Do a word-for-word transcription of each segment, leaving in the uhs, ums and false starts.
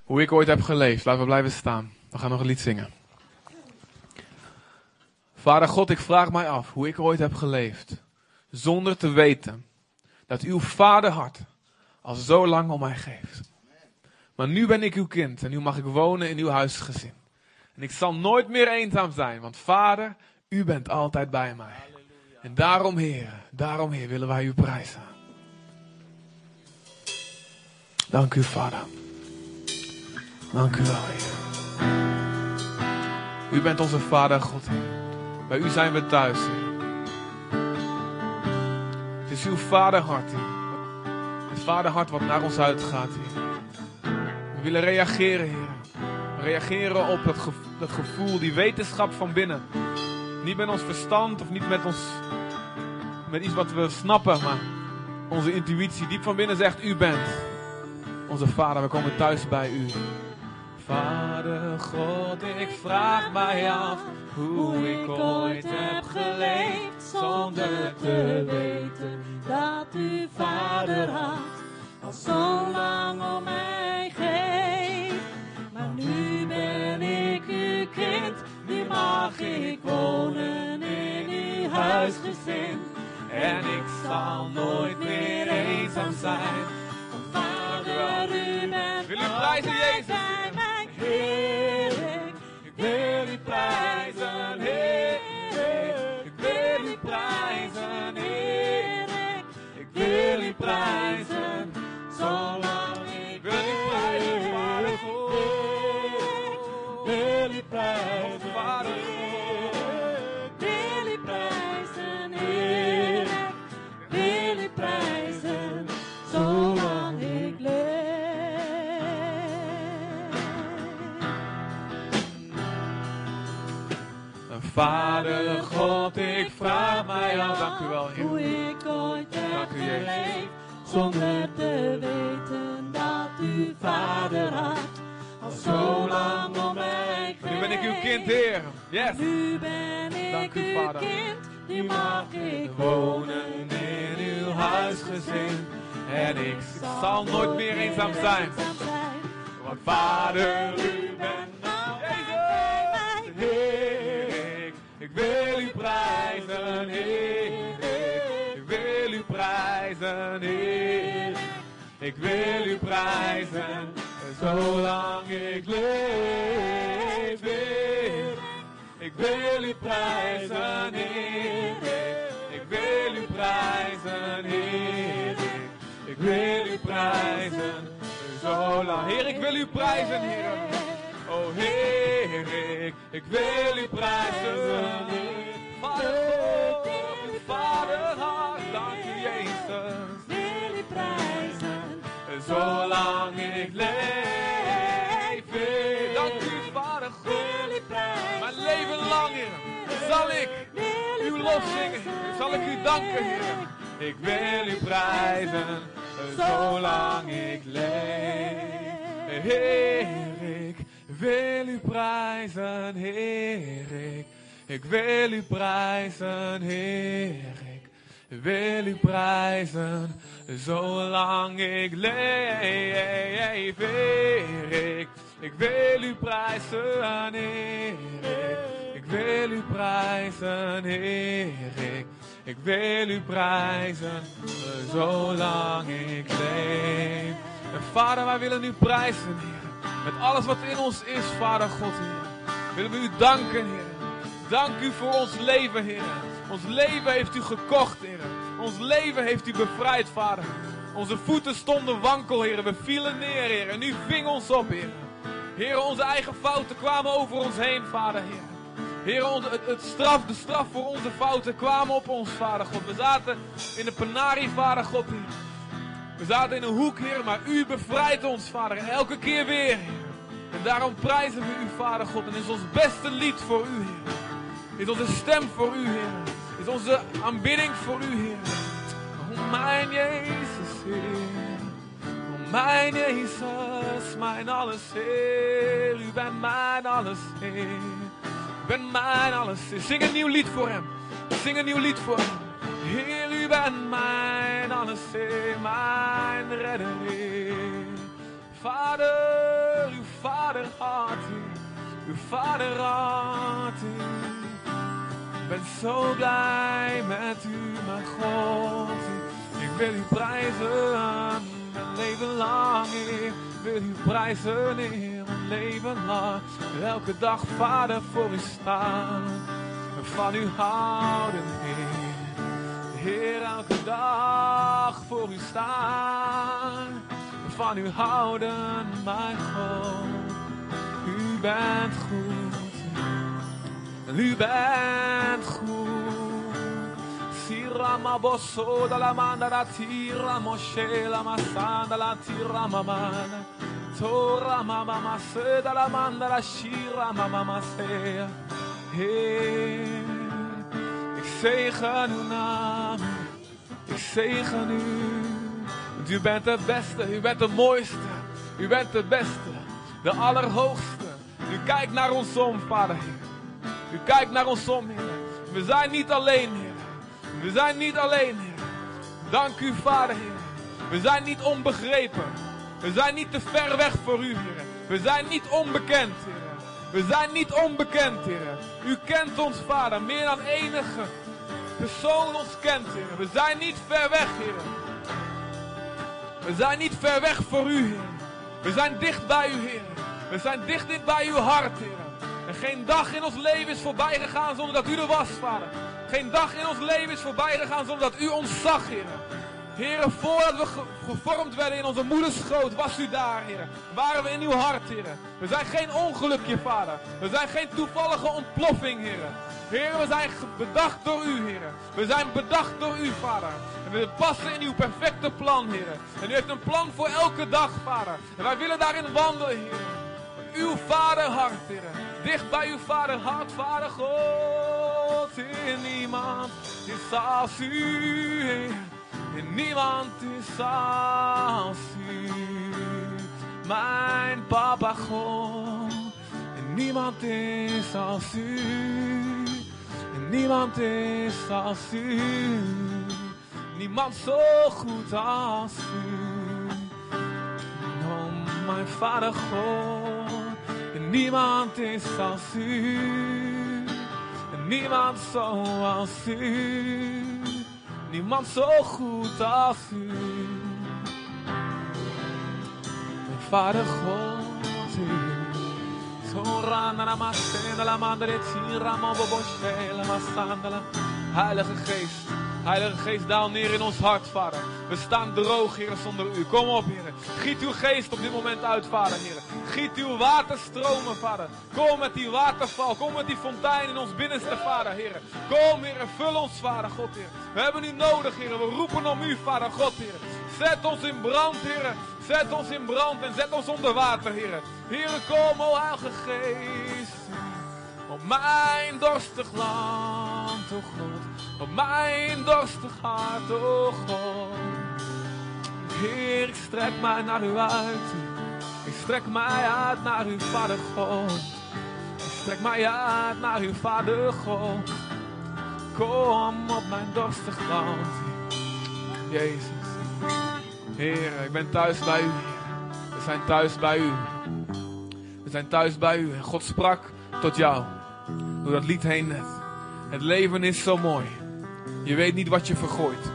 Hoe ik ooit heb geleefd. Laten we blijven staan. We gaan nog een lied zingen. Vader God, ik vraag mij af hoe ik ooit heb geleefd. Zonder te weten dat uw vaderhart al zo lang om mij geeft. Maar nu ben ik uw kind en nu mag ik wonen in uw huisgezin. En ik zal nooit meer eenzaam zijn, want Vader, u bent altijd bij mij. En daarom, Heer, daarom, Heer, willen wij u prijzen. Dank u, Vader. Dank u wel, Heer. U bent onze Vader, God, Heer. Bij u zijn we thuis, Heer. Het is uw vaderhart, Heer. Het vaderhart wat naar ons uitgaat, Heer. We willen reageren, Heer. We reageren op dat gevoel, dat gevoel, die wetenschap van binnen. Niet met ons verstand of niet met ons, met iets wat we snappen, maar onze intuïtie diep van binnen zegt, u bent onze Vader. We komen thuis bij u. Vader God, ik vraag mij af hoe ik ooit heb geleefd zonder te weten dat u vaderhart al zo lang om mij geeft. Maar nu ben ik uw kind, nu mag ik wonen in uw huisgezin. En ik zal nooit meer eenzaam zijn, want Vader, u bent Wil u prijzen, Jezus? bij mij. Heer, ik, ik wil u prijzen, Heer, ik wil u prijzen, Heer, ik, ik wil u prijzen, zolang ik Wil u prijzen, Vader God? wil u prijzen, Vader ik wil u prijzen, Heer, ik wil u prijzen, zolang ik leef. Vader God, ik vraag mij af, dank u wel, Heer, hoe ik ooit heb geleefd, zonder te weten dat uw vaderhart al zo lang om mij geeft. Nu ben ik uw kind, Heer. Yes. Nu ben ik Dank u, uw Vader. kind, nu mag ik wonen in uw huisgezin. En ik zal nooit meer eenzaam zijn. Want Vader, u bent nou bij mij. Heer, ik, ik wil u prijzen, Heer. Ik wil u prijzen, Heer. Ik wil u prijzen, zolang ik leef, Heer. Ik wil u prijzen, Heer. Ik wil u prijzen, Heer. Ik wil u prijzen, zolang. Heer, ik wil u prijzen, Heer. Oh Heer, ik, ik wil u prijzen. Vader God, uw vaderhart, dank u Jezus. Wil u prijzen, Zolang ik leef, Heer. Dank u Vader God. wil u prijzen. Mijn leven lang, Heer, zal ik uw lof zingen, Heer. Zal ik u danken, Heer. Ik wil u prijzen, zolang ik leef. Heer, ik wil u prijzen, Heer. Ik, ik wil u prijzen, Heer. Ik wil u prijzen, zolang ik leef. Heer, ik, ik wil u prijzen, Heer. Ik wil u prijzen, Heer. Ik, ik wil u prijzen, zolang ik leef. En Vader, wij willen u prijzen, Heer. Met alles wat in ons is, Vader God, Heer. Willen we u danken, Heer. Dank u voor ons leven, Heer. Ons leven heeft u gekocht, Heer. Ons leven heeft u bevrijd, Vader. Onze voeten stonden wankel, Heer. We vielen neer, Heer. En u ving ons op, Heer. Heer, onze eigen fouten kwamen over ons heen, Vader, Heer. Heer, onze, het, het straf, de straf voor onze fouten kwamen op ons, Vader God. We zaten in de penarie, Vader God, Heer. We zaten in een hoek, Heer, maar u bevrijdt ons, Vader. Elke keer weer, Heer. En daarom prijzen we u, Vader God. En is ons beste lied voor u, Heer. Is onze stem voor u, Heer. Is onze aanbidding voor u, Heer. O mijn Jezus, Heer. O mijn Jezus, mijn alles, Heer. U bent mijn alles, Heer. U bent mijn alles, Heer. Zing een nieuw lied voor hem. Zing een nieuw lied voor hem. Heer, u bent mijn alles, Heer. Mijn redder, Heer. Vader, uw vaderhart, Heer. Uw vaderhart, Heer. Ik ben zo blij met u, mijn God. Ik wil u prijzen, mijn leven lang, Heer. Ik wil u prijzen, Heer, mijn leven lang. Elke dag, Vader, voor u staan. Van u houden, Heer. Heer, elke dag voor u staan. Van u houden, mijn God. U bent goed. U bent goed. Sirama bosso dalla manda da tira moshe la masanda la tira mamana. Tora mama masse dalla manda la shira mama masse. Heer, ik zegen uw naam. Ik zegen u. Want u bent de beste, u bent de mooiste. U bent de beste, de allerhoogste. U kijkt naar ons om, Vader, Heer. U kijkt naar ons om, Heer. We zijn niet alleen, Heer. We zijn niet alleen, Heer. Dank u, Vader, Heer. We zijn niet onbegrepen. We zijn niet te ver weg voor u, Heer. We zijn niet onbekend, Heer. We zijn niet onbekend, Heer. U kent ons, Vader, meer dan enige persoon ons kent, Heer. We zijn niet ver weg, Heer. We zijn niet ver weg voor u, Heer. We zijn dicht bij u, Heer. We zijn dicht dit bij uw hart, Heer. En geen dag in ons leven is voorbij gegaan zonder dat u er was, Vader. Geen dag in ons leven is voorbij gegaan zonder dat u ons zag, Heer. Heer, voordat we ge- gevormd werden in onze moeders schoot, was u daar, Heer. Waren we in uw hart, Heer. We zijn geen ongelukje, Vader. We zijn geen toevallige ontploffing, Heer. Heer, we zijn ge- bedacht door u, Heer. We zijn bedacht door u, Vader. En we passen in uw perfecte plan, Heer. En u heeft een plan voor elke dag, Vader. En wij willen daarin wandelen, Heer. Uw vaderhart, Heer. Dicht bij uw vaderhart, Vader God. In niemand is als u, Heer. En niemand is als u, mijn papa God. En niemand is als u, en niemand is als u. Niemand zo goed als u. Oh, mijn vader God. En niemand is als u, en niemand zoals u. Niemand zo goed als u. Mijn vader God, zo rana la masenda la mandre tira mambo la masandala. Heilige Geest, Heilige Geest, daal neer in ons hart, Vader. We staan droog, Heer, zonder u. Kom op, Heer. Giet uw geest op dit moment uit, Vader, Heer. Giet uw waterstromen, Vader. Kom met die waterval. Kom met die fontein in ons binnenste, Vader, Heer. Kom, Heer, en vul ons, Vader, God, Heer. We hebben u nodig, Heer. We roepen om u, Vader, God, Heer. Zet ons in brand, Heer. Zet ons in brand en zet ons onder water, Heer. Heer, kom, o Heilige Geest. Op mijn dorstig land, o God. Op mijn dorstig hart, o God. Heer, ik strek mij naar u uit. Ik strek mij uit naar uw Vader God. Ik strek mij uit naar uw Vader God. Kom op mijn dorstig land. Jezus. Heer, ik ben thuis bij u. We zijn thuis bij u. We zijn thuis bij u. En God sprak tot jou. Door dat lied heen net. Het leven is zo mooi. Je weet niet wat je vergooit.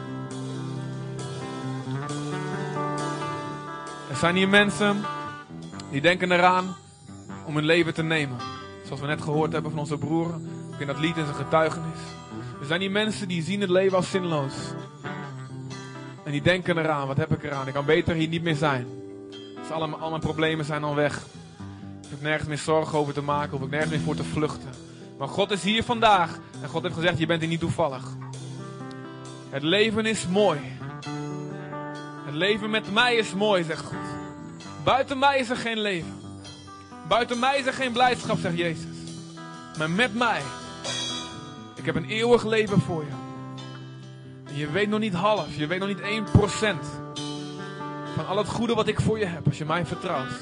Er zijn hier mensen die denken eraan om hun leven te nemen. Zoals we net gehoord hebben van onze broer. In dat lied in zijn getuigenis. Er zijn hier mensen die zien het leven als zinloos. En die denken eraan, wat heb ik eraan? Ik kan beter hier niet meer zijn. Dus alle, al mijn problemen zijn al weg. Ik heb nergens meer zorgen over te maken. Of ik nergens meer voor te vluchten. Maar God is hier vandaag. En God heeft gezegd, je bent hier niet toevallig. Het leven is mooi. Het leven met mij is mooi, zegt God. Buiten mij is er geen leven. Buiten mij is er geen blijdschap, zegt Jezus. Maar met mij. Ik heb een eeuwig leven voor je. En je weet nog niet half. Je weet nog niet één procent. Van al het goede wat ik voor je heb. Als je mij vertrouwt.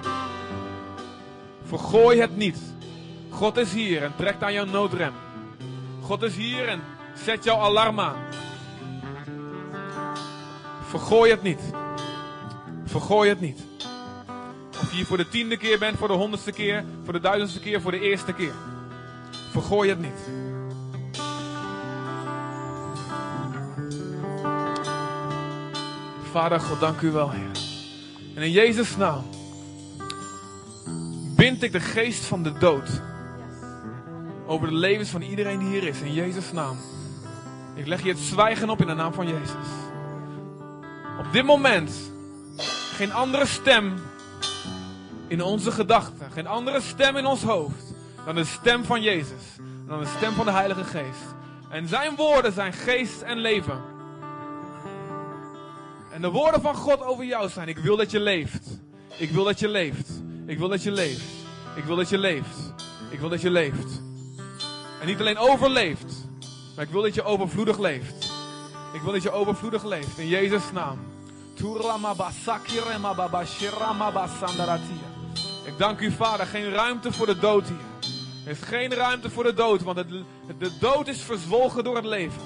Vergooi het niet. God is hier en trekt aan jouw noodrem. God is hier en zet jouw alarm aan. Vergooi het niet. Vergooi het niet. Of je hier voor de tiende keer bent, voor de honderdste keer, voor de duizendste keer, voor de eerste keer. Vergooi het niet. Vader God, dank u wel, Heer. En in Jezus' naam bind ik de geest van de dood over de levens van iedereen die hier is. In Jezus' naam. Ik leg je het zwijgen op in de naam van Jezus. Op dit moment geen andere stem in onze gedachten, geen andere stem in ons hoofd dan de stem van Jezus. Dan de stem van de Heilige Geest. En zijn woorden zijn geest en leven. En de woorden van God over jou zijn: ik wil dat je leeft. Ik wil dat je leeft. Ik wil dat je leeft. Ik wil dat je leeft. Ik wil dat je leeft. En niet alleen overleeft, maar ik wil dat je overvloedig leeft. Ik wil dat je overvloedig leeft. In Jezus' naam. Ik dank u, Vader. Geen ruimte voor de dood hier. Er is geen ruimte voor de dood, want het, de dood is verzwolgen door het leven.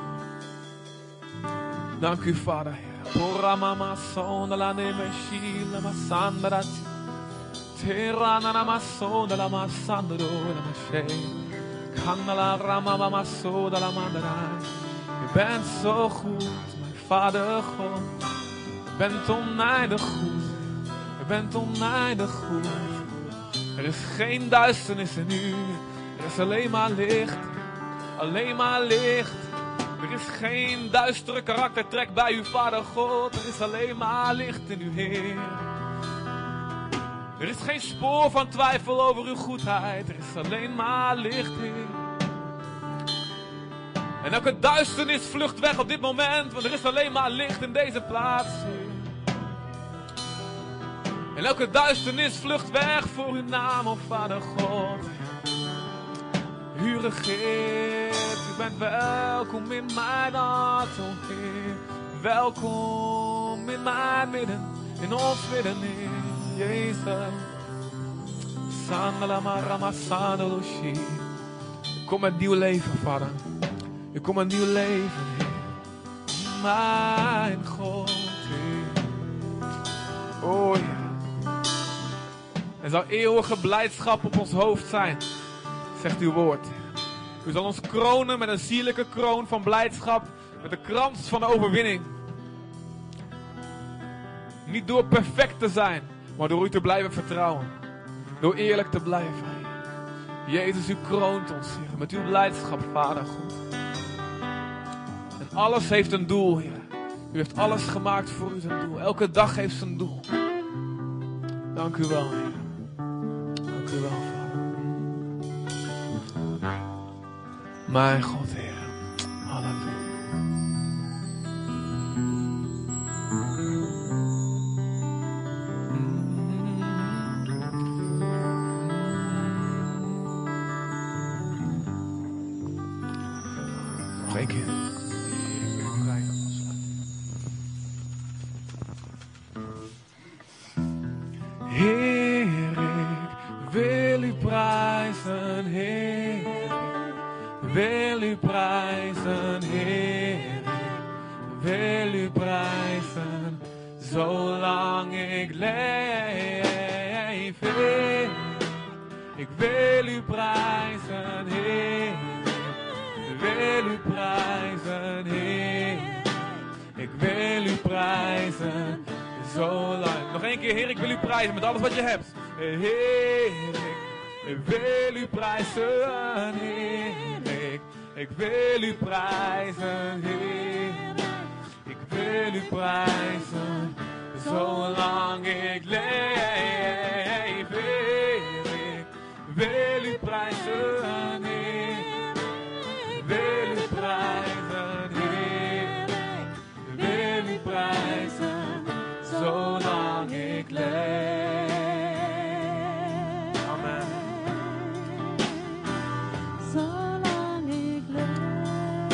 Dank u, Vader, Heer. Je bent zo goed, mijn Vader God. Je bent oneindig goed. Je bent oneindig goed. Er is geen duisternis in u. Er is alleen maar licht. Alleen maar licht. Er is geen duistere karaktertrek bij u, Vader God. Er is alleen maar licht in u, Heer. Er is geen spoor van twijfel over uw goedheid. Er is alleen maar licht, Heer. En elke duisternis vlucht weg op dit moment, want er is alleen maar licht in deze plaats, Heer. En elke duisternis vlucht weg voor uw naam, o Vader God. U regeert, u bent welkom in mijn hart, o Heer. Welkom in mijn midden, in ons midden, Heer. Jezus. Sandalamaramasandeloshi. Kom met nieuw leven, Vader. U komt met nieuw leven, Heer. Mijn God, Heer. Oh ja. Er zal eeuwige blijdschap op ons hoofd zijn, zegt uw woord. U zal ons kronen met een sierlijke kroon van blijdschap, met de krans van de overwinning. Niet door perfect te zijn, maar door u te blijven vertrouwen. Door eerlijk te blijven. Jezus, u kroont ons, Heer, met uw blijdschap, Vader God. En alles heeft een doel, Heer. U heeft alles gemaakt voor u zijn doel. Elke dag heeft zijn doel. Dank u wel, Heer. Dank u wel, Vader. Mijn God, Heer. Halleluja. Nog één keer. Heer, ik wil u prijzen, Heer. Wil u prijzen, Heer. Wil u prijzen, zolang ik leef. Heer. Ik wil u prijzen, Heer. Wil u prijzen, Heer. Ik wil u prijzen, zolang. Nog één keer, Heer, ik wil u prijzen met alles wat je hebt. Heer, ik wil u prijzen, Heer. Ik, ik wil u prijzen, Heer. Ik wil u prijzen, zolang ik leef. Heer, ik wil u prijzen, Heer. Ik wil u prijzen, Heer. Ik wil u prijzen, zolang ik leef. Amen. Zolang ik leef.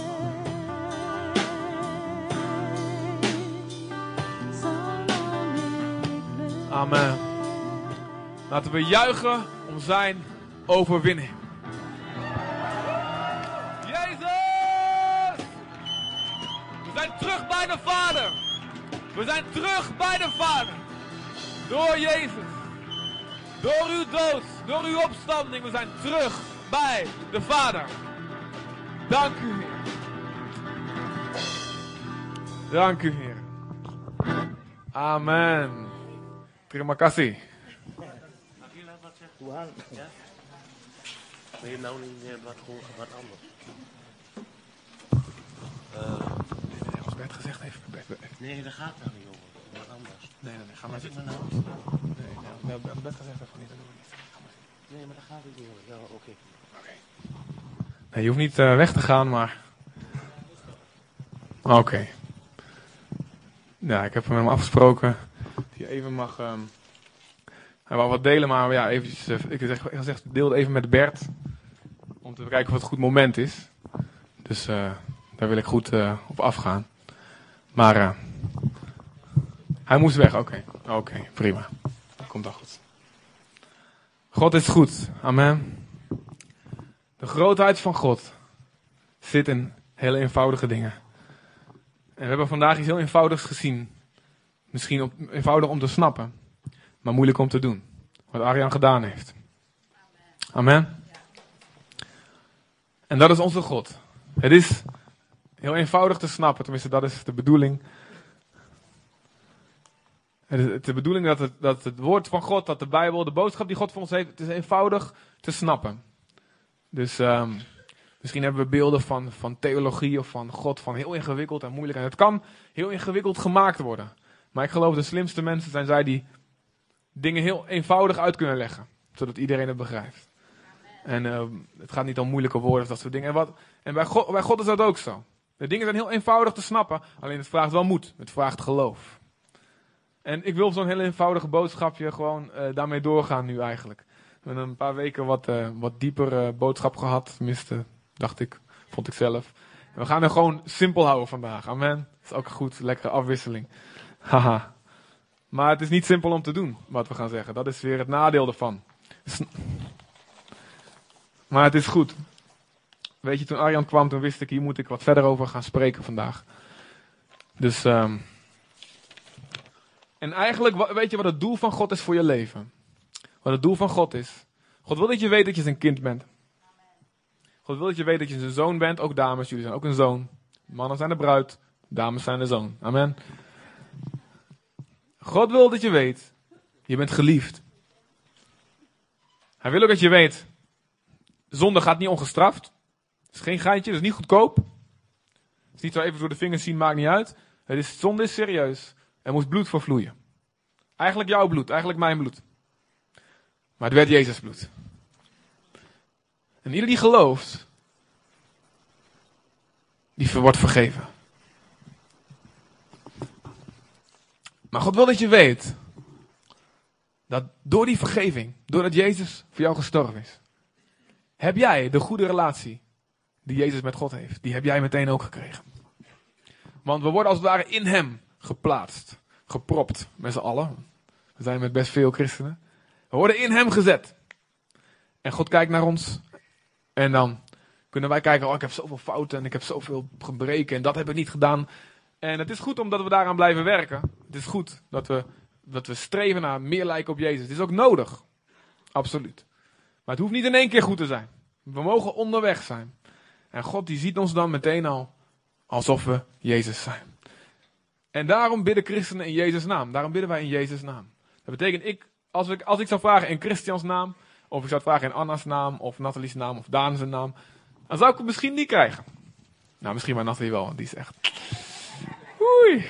Zolang ik leef. Amen. Laten we juichen om zijn overwinning. Jezus! We zijn terug bij de Vader. We zijn terug bij de Vader. Door Jezus. Door uw dood. Door uw opstanding. We zijn terug bij de Vader. Dank u, Heer. Dank u, Heer. Amen. Terima kasih. Mag je wat zeggen? Hoe hangt het? Ja? Ben je nou niet uh, wat, gewoon wat anders? Nee, als Bert gezegd heeft. Bert, Bert. Nee, daar gaat het nou niet over. Wat anders. Nee, nee, nee. Ga maar Zeg zitten. maar nou. Nee, nee, nee, als Bert gezegd heeft, niet. Dat doen we niet. Ga maar zitten. Nee, maar daar gaat het niet over. Ja, oké. Okay. Oké. Nee, je hoeft niet uh, weg te gaan, maar... Oké. Okay. Ja, ik heb met hem afgesproken. Dat hij even mag... Um... Hij wou wat delen, maar ja, eventjes... Uh, ik heb gezegd, deel het even met Bert. Om te kijken of het een goed moment is. Dus uh, daar wil ik goed uh, op afgaan. Maar... Uh, hij moest weg, oké. Okay. Oké, okay, prima. Komt dan goed. God is goed. Amen. De grootheid van God zit in hele eenvoudige dingen. En we hebben vandaag iets heel eenvoudigs gezien. Misschien op, eenvoudig om te snappen, maar moeilijk om te doen. Wat Arjan gedaan heeft. Amen. En dat is onze God. Het is heel eenvoudig te snappen, tenminste dat is de bedoeling. Het is de bedoeling dat het, dat het woord van God, dat de Bijbel, de boodschap die God voor ons heeft, het is eenvoudig te snappen. Dus um, misschien hebben we beelden van, van theologie of van God van heel ingewikkeld en moeilijk. En het kan heel ingewikkeld gemaakt worden. Maar ik geloof de slimste mensen zijn zij die dingen heel eenvoudig uit kunnen leggen. Zodat iedereen het begrijpt. En uh, het gaat niet om moeilijke woorden of dat soort dingen. En, wat, en bij, God, bij God is dat ook zo. De dingen zijn heel eenvoudig te snappen. Alleen het vraagt wel moed. Het vraagt geloof. En ik wil op zo'n heel eenvoudige boodschapje gewoon uh, daarmee doorgaan nu eigenlijk. We hebben een paar weken wat, uh, wat dieper uh, boodschap gehad. Tenminste, dacht ik, vond ik zelf. En we gaan er gewoon simpel houden vandaag. Amen. Dat is ook goed, lekkere afwisseling. Haha. Maar het is niet simpel om te doen, wat we gaan zeggen. Dat is weer het nadeel ervan. Maar het is goed. Weet je, toen Arjan kwam, toen wist ik, hier moet ik wat verder over gaan spreken vandaag. Dus, um... en eigenlijk, weet je wat het doel van God is voor je leven? Wat het doel van God is. God wil dat je weet dat je zijn kind bent. God wil dat je weet dat je zijn zoon bent. Ook dames, jullie zijn ook een zoon. Mannen zijn de bruid, dames zijn de zoon. Amen. God wil dat je weet, je bent geliefd. Hij wil ook dat je weet, zonde gaat niet ongestraft. Het is geen geintje, het is niet goedkoop. Het is niet zo even door de vingers zien, maakt niet uit. Het is, zonde is serieus. Er moest bloed voor vloeien. Eigenlijk jouw bloed, eigenlijk mijn bloed. Maar het werd Jezus bloed. En ieder die gelooft, die wordt vergeven. Maar God wil dat je weet, dat door die vergeving, doordat Jezus voor jou gestorven is, heb jij de goede relatie die Jezus met God heeft, die heb jij meteen ook gekregen. Want we worden als het ware in hem geplaatst, gepropt met z'n allen. We zijn met best veel christenen. We worden in hem gezet. En God kijkt naar ons. En dan kunnen wij kijken, oh ik heb zoveel fouten en ik heb zoveel gebreken en dat heb ik niet gedaan. En het is goed omdat we daaraan blijven werken. Het is goed dat we, dat we streven naar meer lijken op Jezus. Het is ook nodig. Absoluut. Maar het hoeft niet in één keer goed te zijn. We mogen onderweg zijn. En God die ziet ons dan meteen al alsof we Jezus zijn. En daarom bidden christenen in Jezus' naam. Daarom bidden wij in Jezus' naam. Dat betekent, ik, als, ik, als ik zou vragen in Christians naam, of ik zou het vragen in Anna's naam, of Nathalie's naam, of Daan's naam, dan zou ik het misschien niet krijgen. Nou, misschien bij Nathalie wel, want die is echt... Oei.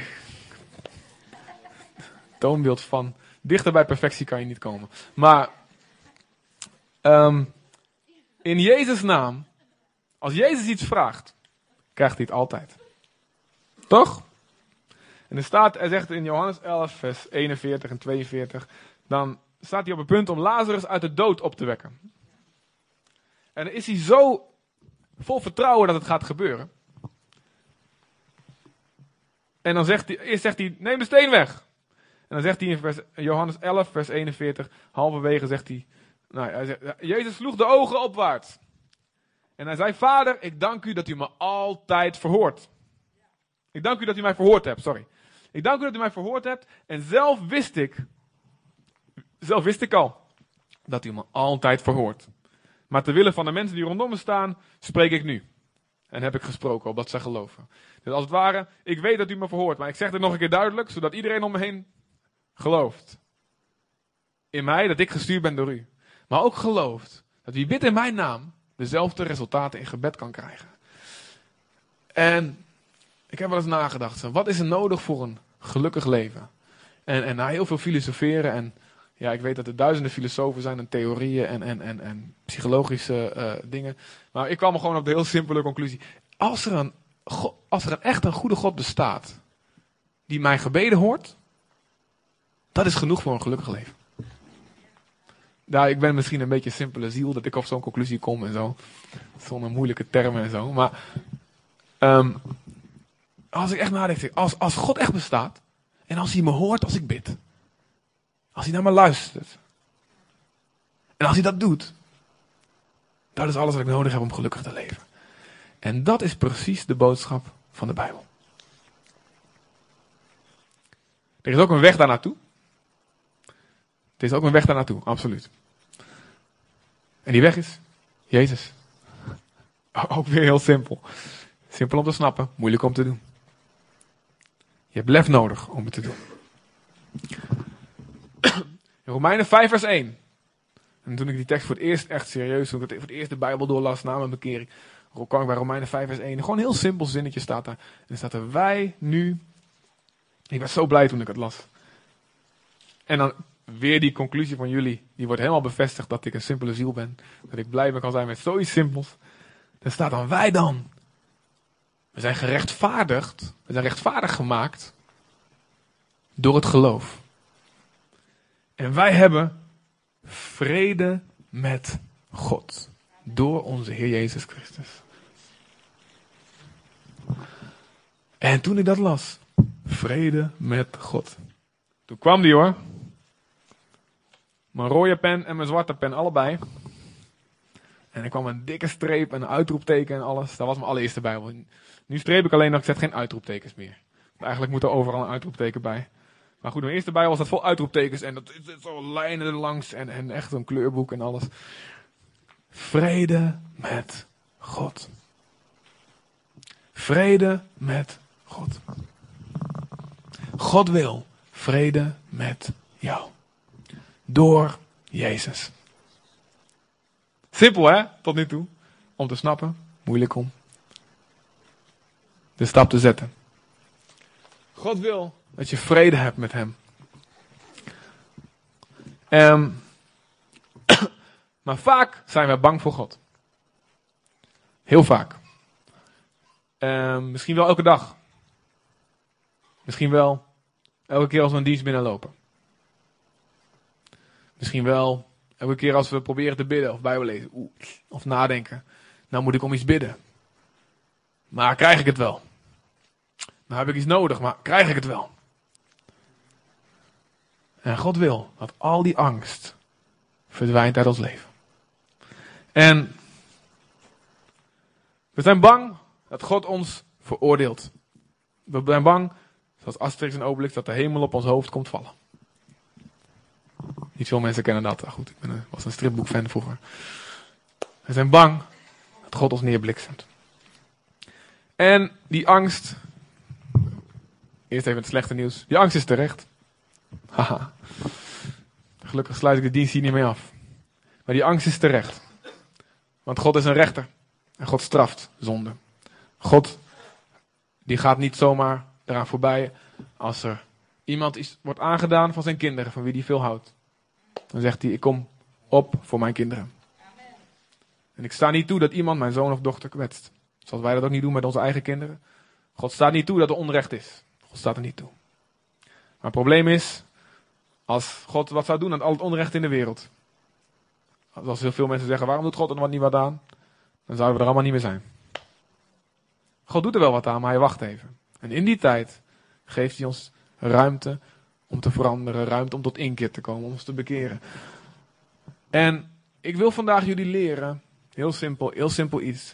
Toonbeeld van... Dichter bij perfectie kan je niet komen. Maar... Um, in Jezus' naam... Als Jezus iets vraagt... Krijgt hij het altijd. Toch? En er staat... Er zegt in Johannes elf, vers eenenveertig en tweeënveertig... Dan staat hij op het punt om Lazarus uit de dood op te wekken. En dan is hij zo... Vol vertrouwen dat het gaat gebeuren... En dan zegt hij, eerst zegt hij, neem de steen weg. En dan zegt hij in vers, Johannes elf, vers eenenveertig, halverwege zegt hij, nou, hij zegt, Jezus sloeg de ogen opwaarts. En hij zei, Vader, ik dank u dat u me altijd verhoort. Ik dank u dat u mij verhoord hebt, sorry. Ik dank u dat u mij verhoord hebt. En zelf wist ik Zelf wist ik al dat u me altijd verhoort. Maar ter wille van de mensen die rondom me staan, spreek ik nu. En heb ik gesproken, opdat zij geloven. Dus als het ware, ik weet dat u me verhoort, maar ik zeg het nog een keer duidelijk, zodat iedereen om me heen gelooft. In mij, dat ik gestuurd ben door u. Maar ook gelooft dat wie bidt in mijn naam, dezelfde resultaten in gebed kan krijgen. En ik heb wel eens nagedacht, wat is er nodig voor een gelukkig leven? En, en na heel veel filosoferen, en ja, ik weet dat er duizenden filosofen zijn en theorieën en, en, en, en psychologische uh, dingen. Maar ik kwam er gewoon op de heel simpele conclusie. Als er, een, God, als er een echt een goede God bestaat, die mijn gebeden hoort, dat is genoeg voor een gelukkig leven. Nou, ik ben misschien een beetje een simpele ziel, dat ik op zo'n conclusie kom en zo. Zonder moeilijke termen en zo. Maar um, als ik echt nadenk, als, als God echt bestaat, en als hij me hoort als ik bid, als hij naar me luistert, en als hij dat doet, dat is alles wat ik nodig heb om gelukkig te leven. En dat is precies de boodschap van de Bijbel. Er is ook een weg daar naartoe. Er is ook een weg daar naartoe, absoluut. En die weg is Jezus. Ook weer heel simpel. Simpel om te snappen, moeilijk om te doen. Je hebt lef nodig om het te doen. In Romeinen vijf vers één. En toen ik die tekst voor het eerst echt serieus, toen ik voor het eerst de Bijbel doorlas na mijn bekering, kwam ik bij Romeinen vijf vers één. Gewoon een heel simpel zinnetje staat daar. En er staat er, wij nu. Ik was zo blij toen ik het las. En dan weer die conclusie van jullie, die wordt helemaal bevestigd dat ik een simpele ziel ben. Dat ik blij ben kan zijn met zoiets simpels. Er staat dan, wij dan. We zijn gerechtvaardigd. We zijn rechtvaardig gemaakt. Door het geloof. En wij hebben vrede met God. Door onze Heer Jezus Christus. En toen ik dat las. Vrede met God. Toen kwam die hoor. Mijn rode pen en mijn zwarte pen allebei. En er kwam een dikke streep en een uitroepteken en alles. Dat was mijn allereerste Bijbel. Nu streep ik alleen nog, ik zet geen uitroeptekens meer. Eigenlijk moet er overal een uitroepteken bij. Maar goed, mijn eerste Bijbel was dat vol uitroeptekens. En dat is zo lijnen er langs. En, en echt een kleurboek en alles. Vrede met God. Vrede met God. God wil vrede met jou. Door Jezus. Simpel hè, tot nu toe. Om te snappen, moeilijk om de stap te zetten. God wil dat je vrede hebt met hem. Um, maar vaak zijn we bang voor God. Heel vaak. Um, misschien wel elke dag. Misschien wel elke keer als we een dienst binnenlopen. Misschien wel elke keer als we proberen te bidden of Bijbel lezen. Oeh, of nadenken. Nou moet ik om iets bidden. Maar krijg ik het wel? Nou heb ik iets nodig, maar krijg ik het wel? En God wil dat al die angst verdwijnt uit ons leven. En we zijn bang dat God ons veroordeelt. We zijn bang, zoals Asterix en Obelix, dat de hemel op ons hoofd komt vallen. Niet veel mensen kennen dat. Goed, ik ben een, was een stripboekfan vroeger. We zijn bang dat God ons neerbliksemt. En die angst. Eerst even het slechte nieuws. Die angst is terecht. Haha. Gelukkig sluit ik de dienst hier niet mee af. Maar die angst is terecht. Want God is een rechter. En God straft zonde. God die gaat niet zomaar eraan voorbij als er iemand iets wordt aangedaan van zijn kinderen, van wie hij veel houdt. Dan zegt hij, ik kom op voor mijn kinderen. Amen. En ik sta niet toe dat iemand mijn zoon of dochter kwetst. Zoals wij dat ook niet doen met onze eigen kinderen. God staat niet toe dat er onrecht is. God staat er niet toe. Maar het probleem is, als God wat zou doen aan al het onrecht in de wereld. Als heel veel mensen zeggen, waarom doet God er wat niet wat aan? Dan zouden we er allemaal niet meer zijn. God doet er wel wat aan, maar hij wacht even. En in die tijd geeft hij ons ruimte om te veranderen, ruimte om tot inkeer te komen, om ons te bekeren. En ik wil vandaag jullie leren, heel simpel, heel simpel iets.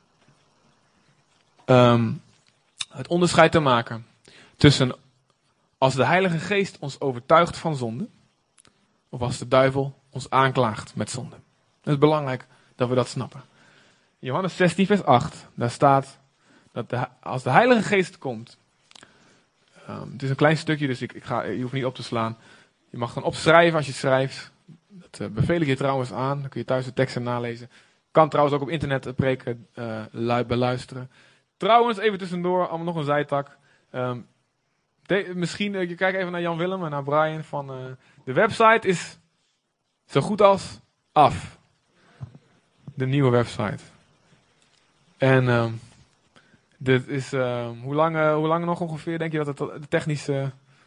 Um, het onderscheid te maken tussen als de Heilige Geest ons overtuigt van zonde, of als de duivel ons aanklaagt met zonde. Het is belangrijk dat we dat snappen. In Johannes zestien vers acht, daar staat dat de, als de Heilige Geest komt. Um, het is een klein stukje, dus ik, ik ga, je hoeft niet op te slaan. Je mag dan opschrijven als je schrijft. Dat uh, beveel ik je trouwens aan. Dan kun je thuis de teksten nalezen. Kan trouwens ook op internet uh, preken uh, beluisteren. Trouwens, even tussendoor, allemaal nog een zijtak. Um, de, misschien, uh, je kijkt even naar Jan Willem en naar Brian. Van, uh, de website is zo goed als af. De nieuwe website. En um, dit is, uh, hoe, lang, uh, hoe lang nog ongeveer denk je dat het de technische...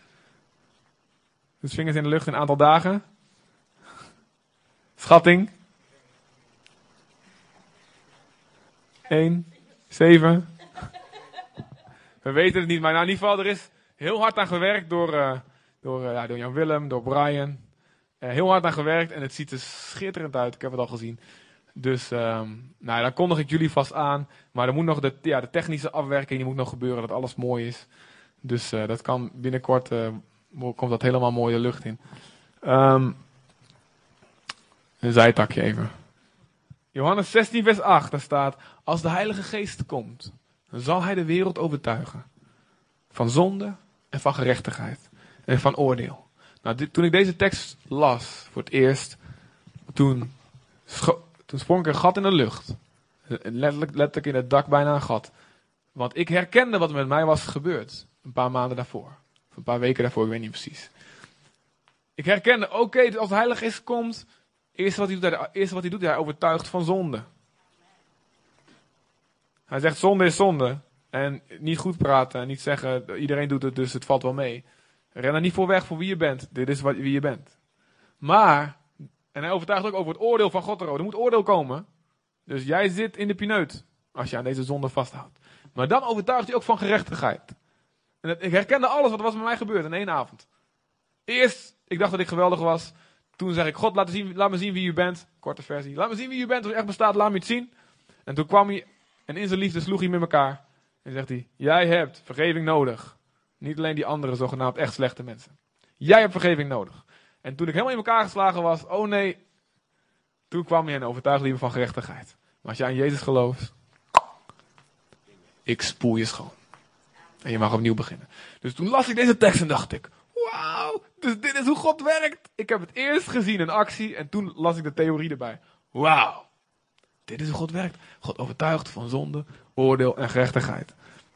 Dus vingers in de lucht in een aantal dagen. Schatting. één, zeven. We weten het niet, maar nou in ieder geval, er is heel hard aan gewerkt door, uh, door, uh, ja, door Jan Willem, door Brian. Uh, heel hard aan gewerkt en het ziet er schitterend uit. Ik heb het al gezien. Dus um, nou, daar kondig ik jullie vast aan. Maar er moet nog de, ja, de technische afwerking die moet nog gebeuren, dat alles mooi is. Dus uh, dat kan binnenkort, uh, komt dat helemaal mooi de lucht in. Um, een zijtakje even. Johannes zestien vers acht, daar staat: als de Heilige Geest komt, dan zal hij de wereld overtuigen. Van zonde en van gerechtigheid. En van oordeel. Nou, dit, toen ik deze tekst las voor het eerst, toen, scho- toen sprong ik een gat in de lucht. Letterlijk, letterlijk in het dak bijna een gat. Want ik herkende wat er met mij was gebeurd. Een paar maanden daarvoor. Of een paar weken daarvoor, ik weet niet precies. Ik herkende, oké, okay, dus als de Heilige Geest komt, eerst wat hij doet, hij, eerst wat hij doet, hij overtuigt van zonde. Hij zegt, zonde is zonde. En niet goed praten en niet zeggen, iedereen doet het, dus het valt wel mee. Ren er niet voor weg voor wie je bent. Dit is wat, wie je bent. Maar, en hij overtuigt ook over het oordeel van God. Er moet oordeel komen. Dus jij zit in de pineut, als je aan deze zonde vasthoudt. Maar dan overtuigt hij ook van gerechtigheid. En het, ik herkende alles wat er was met mij gebeurd in één avond. Eerst, ik dacht dat ik geweldig was. Toen zeg ik, God, laat, zien, laat me zien wie u bent. Korte versie. Laat me zien wie u bent, als u echt bestaat, laat me het zien. En toen kwam hij, en in zijn liefde sloeg hij met elkaar. En zegt hij, jij hebt vergeving nodig. Niet alleen die andere zogenaamd echt slechte mensen. Jij hebt vergeving nodig. En toen ik helemaal in elkaar geslagen was, oh nee. Toen kwam hij en overtuigde me van gerechtigheid. Maar als jij aan Jezus gelooft, ik spoel je schoon. En je mag opnieuw beginnen. Dus toen las ik deze tekst en dacht ik, wauw, dus dit is hoe God werkt. Ik heb het eerst gezien in actie en toen las ik de theorie erbij. Wauw, dit is hoe God werkt. God overtuigt van zonde, oordeel en gerechtigheid.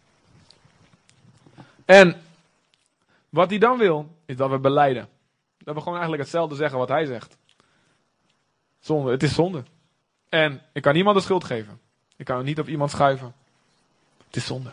En wat hij dan wil, is dat we belijden. Dat we gewoon eigenlijk hetzelfde zeggen wat hij zegt. Zonde, het is zonde. En ik kan niemand de schuld geven. Ik kan het niet op iemand schuiven. Het is zonde.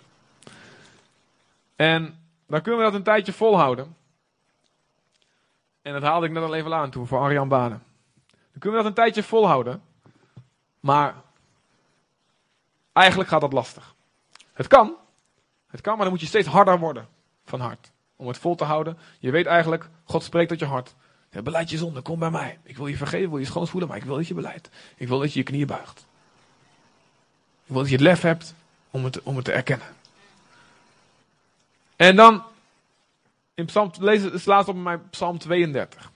En dan kunnen we dat een tijdje volhouden. En dat haalde ik net al even aan toe voor Arjan Banen. Dan kunnen we dat een tijdje volhouden. Maar eigenlijk gaat dat lastig. Het kan. Het kan, maar dan moet je steeds harder worden van hart. Om het vol te houden. Je weet eigenlijk, God spreekt tot je hart. Ja, beleid je zonde, kom bij mij. Ik wil je vergeven, ik wil je schoon voelen, maar ik wil dat je beleidt. Ik wil dat je je knieën buigt. Ik wil dat je het lef hebt om het, om het te erkennen. En dan, in Psalm, lees het laatst op mijn Psalm tweeëndertig.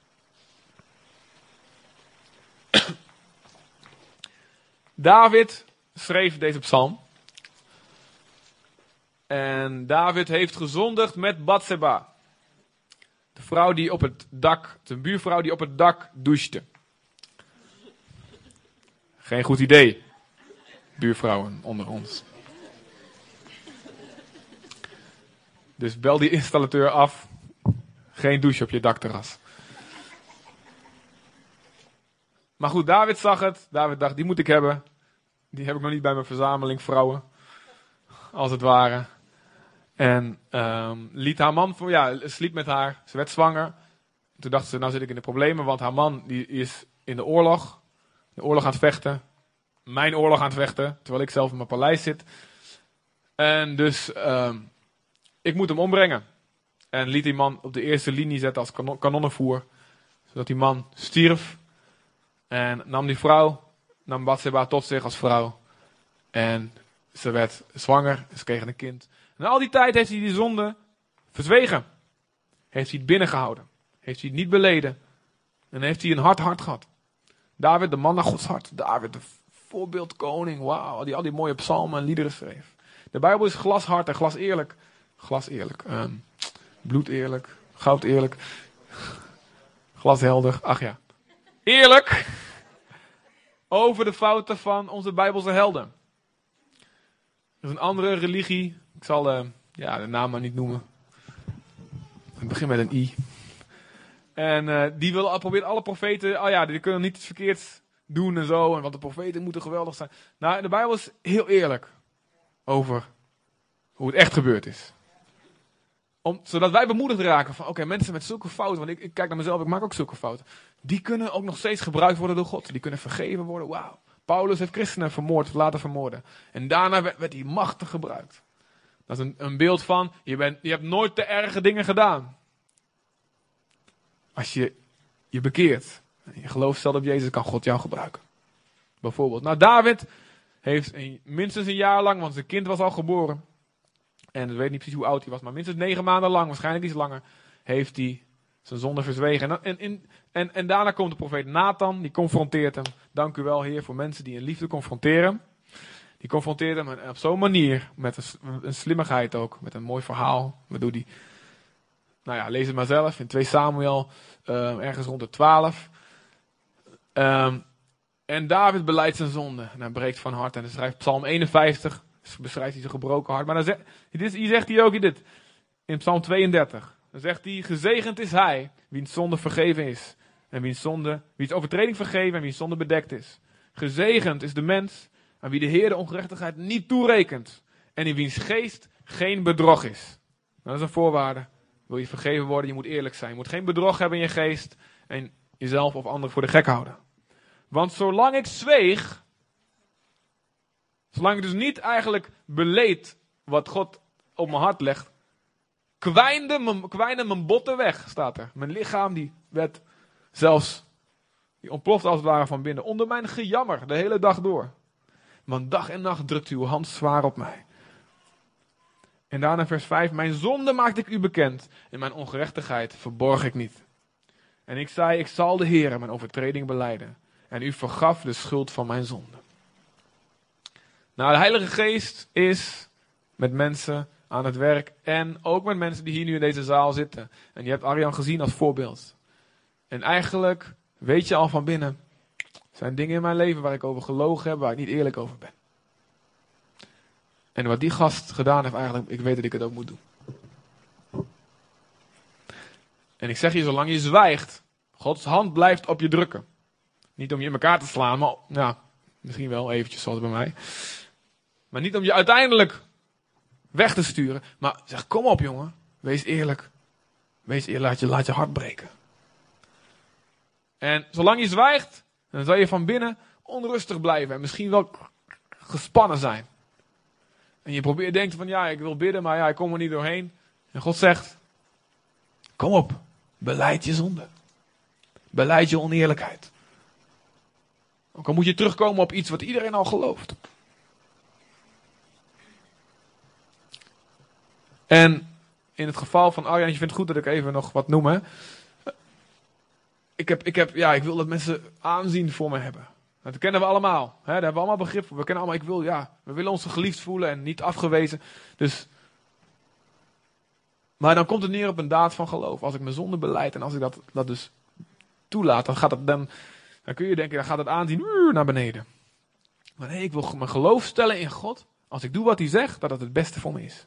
David schreef deze psalm. En David heeft gezondigd met Batseba. De vrouw die op het dak, de buurvrouw die op het dak douchte. Geen goed idee, buurvrouwen onder ons. Dus bel die installateur af. Geen douche op je dakterras. Maar goed, David zag het. David dacht, die moet ik hebben. Die heb ik nog niet bij mijn verzameling vrouwen. Als het ware. En um, liet haar man, voor, ja, sliep met haar. Ze werd zwanger. Toen dacht ze, nou zit ik in de problemen. Want haar man die is in de oorlog. De oorlog aan het vechten. Mijn oorlog aan het vechten. Terwijl ik zelf in mijn paleis zit. En dus, um, ik moet hem ombrengen. En liet die man op de eerste linie zetten als kanon, kanonnenvoer. Zodat die man stierf. En nam die vrouw, nam Batseba tot zich als vrouw. En ze werd zwanger. Ze kregen een kind. En al die tijd heeft hij die zonde verzwegen. Heeft hij het binnengehouden. Heeft hij het niet beleden. En heeft hij een hard hart gehad. David, de man naar Gods hart. David, de voorbeeldkoning. Wauw, die al die mooie psalmen en liederen schreef. De Bijbel is glashard en glas eerlijk. Glas eerlijk. Um, bloed eerlijk. Goud eerlijk. Glashelder. Ach ja. Eerlijk. Over de fouten van onze Bijbelse helden. Er is een andere religie. Ik zal uh, ja, de naam maar niet noemen. Het begint met een I. En uh, die willen proberen alle profeten. Oh ja, die kunnen niet iets verkeerds doen en zo. En want de profeten moeten geweldig zijn. Nou, de Bijbel is heel eerlijk. Over hoe het echt gebeurd is. Om, zodat wij bemoedigd raken van, oké, okay, mensen met zulke fouten, want ik, ik kijk naar mezelf, ik maak ook zulke fouten. Die kunnen ook nog steeds gebruikt worden door God. Die kunnen vergeven worden, wauw. Paulus heeft christenen vermoord, laten vermoorden. En daarna werd, werd hij machtig gebruikt. Dat is een, een beeld van, je, bent, je hebt nooit te erge dingen gedaan. Als je je bekeert, en je gelooft stelt op Jezus, kan God jou gebruiken. Bijvoorbeeld, nou David heeft een, minstens een jaar lang, want zijn kind was al geboren. En ik weet niet precies hoe oud hij was, maar minstens negen maanden lang, waarschijnlijk iets langer, heeft hij zijn zonde verzwegen. En, en, en, en daarna komt de profeet Nathan, die confronteert hem. Dank u wel, Heer, voor mensen die in liefde confronteren. Die confronteert hem op zo'n manier, met een, een slimmigheid ook, met een mooi verhaal. Waardoor die, nou ja, lees het maar zelf, in twee Samuel, uh, ergens rond de twaalf. Um, en David beleidt zijn zonde, en hij breekt van hart. En hij schrijft Psalm eenenvijftig, beschrijft hij zijn gebroken hart. Maar dan zegt, hier zegt hij ook dit, in Psalm tweeëndertig. Dan zegt hij, gezegend is hij, wiens zonde vergeven is. En wiens zonde, wiens overtreding vergeven en wiens zonde bedekt is. Gezegend is de mens aan wie de Heer de ongerechtigheid niet toerekent. En in wiens geest geen bedrog is. Dat is een voorwaarde. Wil je vergeven worden, je moet eerlijk zijn. Je moet geen bedrog hebben in je geest. En jezelf of anderen voor de gek houden. Want zolang ik zweeg. Zolang ik dus niet eigenlijk beleed wat God op mijn hart legt. Kwijnde mijn, kwijnde mijn botten weg, staat er. Mijn lichaam die werd zelfs, die ontploft als het ware van binnen. Onder mijn gejammer, de hele dag door. Want dag en nacht drukt uw hand zwaar op mij. En daarna vers vijf. Mijn zonde maakte ik u bekend. En mijn ongerechtigheid verborg ik niet. En ik zei, ik zal de Heere mijn overtreding belijden. En u vergaf de schuld van mijn zonde. Nou, de Heilige Geest is met mensen aan het werk. En ook met mensen die hier nu in deze zaal zitten. En je hebt Arjan gezien als voorbeeld. En eigenlijk weet je al van binnen. Er zijn dingen in mijn leven waar ik over gelogen heb, waar ik niet eerlijk over ben. En wat die gast gedaan heeft eigenlijk, ik weet dat ik het ook moet doen. En ik zeg je, zolang je zwijgt, Gods hand blijft op je drukken. Niet om je in elkaar te slaan, maar ja, misschien wel eventjes zoals bij mij. Maar niet om je uiteindelijk weg te sturen. Maar zeg, kom op jongen, wees eerlijk. Wees eerlijk, laat je, laat je hart breken. En zolang je zwijgt, dan zal je van binnen onrustig blijven. En misschien wel gespannen zijn. En je probeert, denkt van ja, ik wil bidden, maar ja, ik kom er niet doorheen. En God zegt, kom op, belijd je zonde. Belijd je oneerlijkheid. Ook al moet je terugkomen op iets wat iedereen al gelooft. En in het geval van Arjan, je vindt het goed dat ik even nog wat noem, hè? Ik heb, ik heb, ja, ik wil dat mensen aanzien voor me hebben. Dat kennen we allemaal. Hè? Daar hebben we allemaal begrip voor. We kennen allemaal, ik wil, ja, we willen ons geliefd voelen en niet afgewezen. Dus, maar dan komt het neer op een daad van geloof. Als ik mijn zonde belijd en als ik dat, dat dus toelaat, dan gaat het dan, dan kun je denken, dan gaat het aanzien uh, naar beneden. Maar nee, ik wil mijn geloof stellen in God. Als ik doe wat hij zegt, dat het het beste voor me is.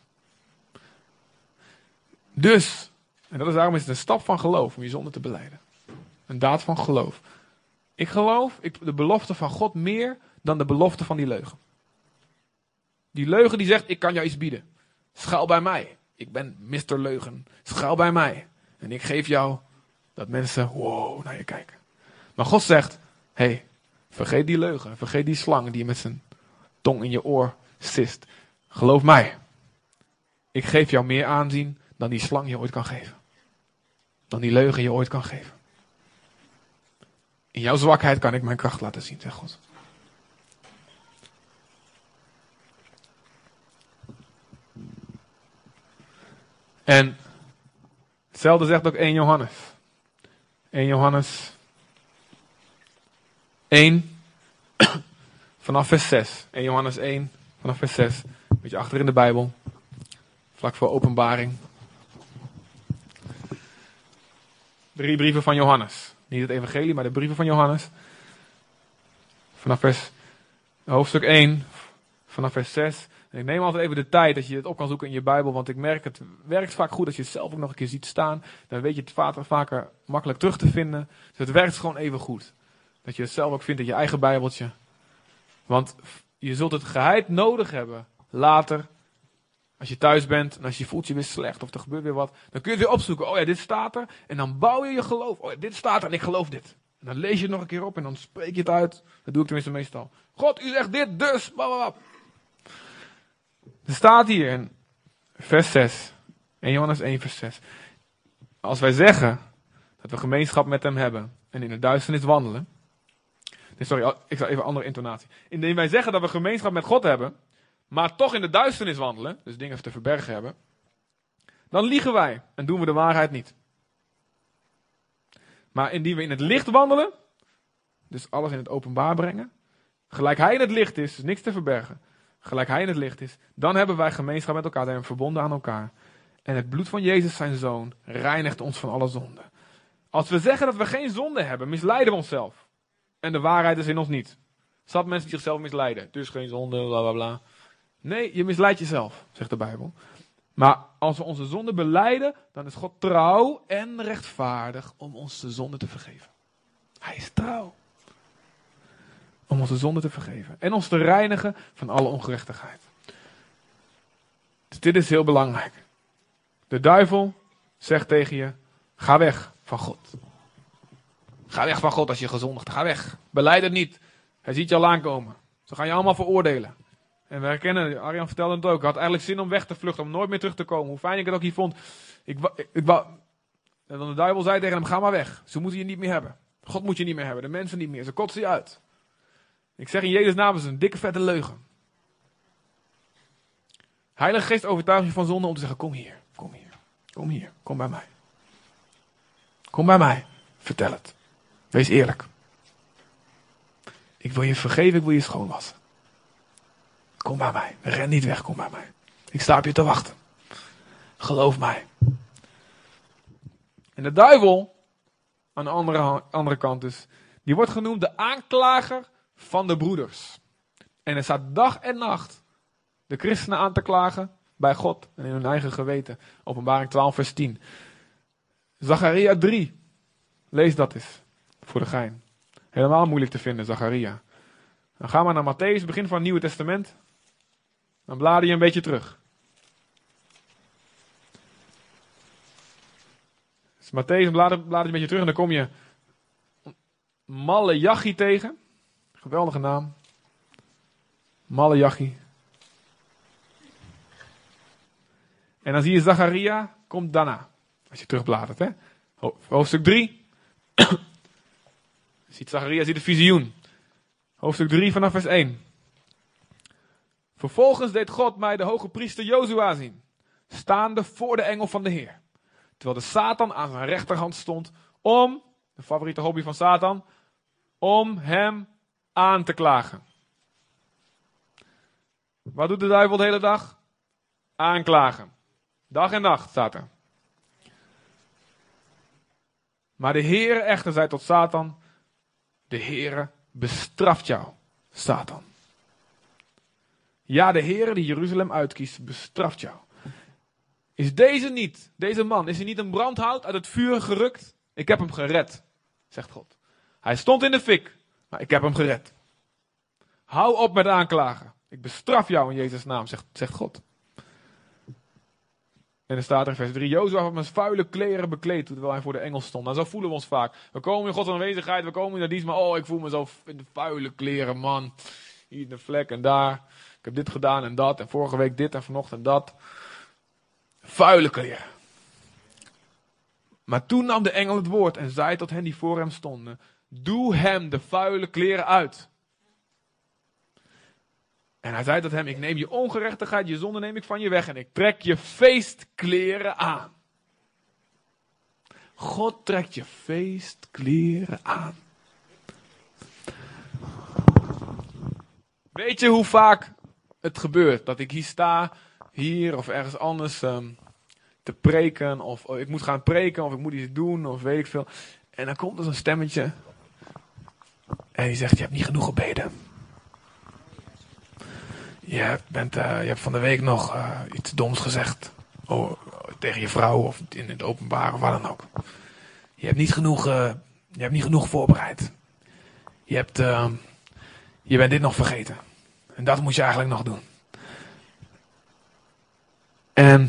Dus, en dat is daarom is het een stap van geloof om je zonde te belijden. Een daad van geloof. Ik geloof ik, de belofte van God meer dan de belofte van die leugen. Die leugen die zegt, ik kan jou iets bieden. Schuil bij mij. Ik ben mister Leugen. Schuil bij mij. En ik geef jou dat mensen wow naar je kijken. Maar God zegt, hé, hey, vergeet die leugen. Vergeet die slang die met zijn tong in je oor sist. Geloof mij. Ik geef jou meer aanzien dan die slang je ooit kan geven. Dan die leugen je ooit kan geven. In jouw zwakheid kan ik mijn kracht laten zien, zegt God. En hetzelfde zegt ook één Johannes. één Johannes één, vanaf vers zes. Eerste Johannes één, vanaf vers zes. Een beetje achter in de Bijbel. Vlak voor Openbaring. Drie brieven van Johannes. Niet het evangelie, maar de brieven van Johannes. Vanaf vers, hoofdstuk één, vanaf vers zes. En ik neem altijd even de tijd dat je het op kan zoeken in je Bijbel, want ik merk het werkt vaak goed als je het zelf ook nog een keer ziet staan. Dan weet je het vaker, vaker makkelijk terug te vinden. Dus het werkt gewoon even goed. Dat je het zelf ook vindt in je eigen Bijbeltje. Want je zult het geheid nodig hebben later. Als je thuis bent en als je voelt je weer slecht of er gebeurt weer wat. Dan kun je het weer opzoeken. Oh ja, dit staat er. En dan bouw je je geloof. Oh ja, dit staat er en ik geloof dit. En dan lees je het nog een keer op en dan spreek je het uit. Dat doe ik tenminste meestal. God, u zegt dit, dus. Blablabla. Er staat hier in vers zes. Eerste Johannes één vers zes. Als wij zeggen dat we gemeenschap met hem hebben en in de duisternis wandelen. Nee, sorry, ik zal even een andere intonatie. Indien wij zeggen dat we gemeenschap met God hebben, maar toch in de duisternis wandelen, dus dingen te verbergen hebben, dan liegen wij en doen we de waarheid niet. Maar indien we in het licht wandelen, dus alles in het openbaar brengen, gelijk hij in het licht is, dus niks te verbergen, gelijk hij in het licht is, dan hebben wij gemeenschap met elkaar, dan zijn we verbonden aan elkaar. En het bloed van Jezus, zijn zoon, reinigt ons van alle zonde. Als we zeggen dat we geen zonde hebben, misleiden we onszelf. En de waarheid is in ons niet. Zat mensen die zichzelf misleiden. Dus geen zonde, bla bla bla. Nee, je misleidt jezelf, zegt de Bijbel. Maar als we onze zonde belijden, dan is God trouw en rechtvaardig om ons de zonde te vergeven. Hij is trouw. Om onze zonde te vergeven. En ons te reinigen van alle ongerechtigheid. Dus dit is heel belangrijk. De duivel zegt tegen je, ga weg van God. Ga weg van God als je gezondigt. Ga weg. Belijd het niet. Hij ziet je al aankomen. Ze gaan je allemaal veroordelen. En we herkennen, Arjan vertelde het ook. Ik had eigenlijk zin om weg te vluchten, om nooit meer terug te komen. Hoe fijn ik het ook hier vond. Ik, ik, ik, en dan de duivel zei tegen hem, ga maar weg. Ze moeten je niet meer hebben. God moet je niet meer hebben. De mensen niet meer. Ze kotsen je uit. Ik zeg in Jezus' naam, het is een dikke vette leugen. Heilige Geest overtuigt je van zonde om te zeggen, kom hier. Kom hier. Kom hier. Kom bij mij. Kom bij mij. Vertel het. Wees eerlijk. Ik wil je vergeven, ik wil je schoonwassen. Kom bij mij. Ren niet weg, kom bij mij. Ik sta op je te wachten. Geloof mij. En de duivel, aan de andere, andere kant dus, die wordt genoemd de aanklager van de broeders. En er staat dag en nacht de christenen aan te klagen bij God en in hun eigen geweten. Openbaring twaalf vers tien. Zacharia drie. Lees dat eens. Voor de gein. Helemaal moeilijk te vinden, Zacharia. Dan gaan we naar Matthäus, begin van het Nieuwe Testament. Dan blader je een beetje terug. Dus Matthäus blader, blader je een beetje terug en dan kom je Maleachi tegen. Geweldige naam. Maleachi. En dan zie je Zacharia, komt daarna. Als je terugbladert, hè. Hoofdstuk drie. Ziet Zacharia, ziet het visioen. Hoofdstuk drie vanaf vers één. Vervolgens deed God mij de hoge priester Jozua zien, staande voor de engel van de Heer. Terwijl de Satan aan zijn rechterhand stond om, de favoriete hobby van Satan, om hem aan te klagen. Wat doet de duivel de hele dag? Aanklagen. Dag en nacht staat er. Maar de Heere echter zei tot Satan, de Heere bestraft jou, Satan. Ja, de Heere die Jeruzalem uitkiest, bestraft jou. Is deze niet, deze man, is hij niet een brandhout uit het vuur gerukt? Ik heb hem gered, zegt God. Hij stond in de fik, maar ik heb hem gered. Hou op met aanklagen. Ik bestraf jou in Jezus' naam, zegt, zegt God. En er staat er in vers drie, Jozua had met vuile kleren bekleed terwijl hij voor de engel stond. Nou, zo voelen we ons vaak. We komen in Gods aanwezigheid, we komen in de dienst, maar oh, ik voel me zo in de vuile kleren, man. Hier een vlek en daar. Ik heb dit gedaan en dat en vorige week dit en vanochtend dat. Vuile kleren. Maar toen nam de engel het woord en zei tot hen die voor hem stonden, doe hem de vuile kleren uit. En hij zei tot hem, ik neem je ongerechtigheid, je zonde neem ik van je weg en ik trek je feestkleren aan. God trekt je feestkleren aan. Weet je hoe vaak het gebeurt dat ik hier sta, hier of ergens anders um, te preken, of oh, ik moet gaan preken, of ik moet iets doen, of weet ik veel. En dan komt er zo'n stemmetje en die zegt, je hebt niet genoeg gebeden. Je, bent, uh, je hebt van de week nog uh, iets doms gezegd. Oh, tegen je vrouw of in het openbaar of waar dan ook. Je hebt niet genoeg, uh, je hebt niet genoeg voorbereid. Je, hebt, uh, je bent dit nog vergeten. En dat moet je eigenlijk nog doen. En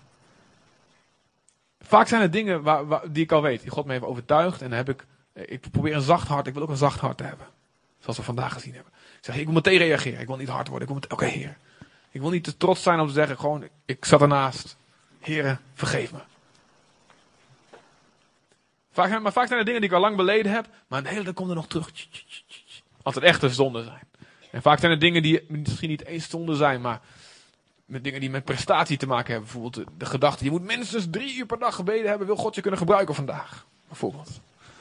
vaak zijn er dingen waar, waar, die ik al weet. Die God me heeft overtuigd. En dan heb ik, ik probeer een zacht hart. Ik wil ook een zacht hart te hebben. Zoals we vandaag gezien hebben. Ik zeg, ik wil meteen reageren. Ik wil niet hard worden. Ik wil meteen, oké, okay, Heer. Ik wil niet te trots zijn om te zeggen, gewoon, ik zat ernaast. Heere, vergeef me. Vaak, maar vaak zijn er dingen die ik al lang beleden heb. Maar een hele tijd komt er nog terug. Als het echte zonden zijn. En vaak zijn er dingen die misschien niet eens zonde zijn. Maar met dingen die met prestatie te maken hebben. Bijvoorbeeld de, de gedachte, je moet minstens drie uur per dag gebeden hebben. Wil God je kunnen gebruiken vandaag. Bijvoorbeeld.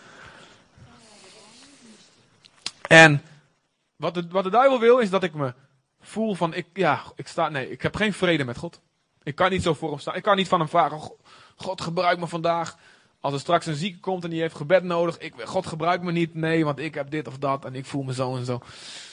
En wat de, wat de duivel wil is dat ik me voel van, ik, ja, ik sta, nee, ik heb geen vrede met God. Ik kan niet zo voor hem staan. Ik kan niet van hem vragen, God gebruik me vandaag. Als er straks een zieke komt en die heeft gebed nodig. Ik, God gebruik me niet, nee, want ik heb dit of dat en ik voel me zo en zo.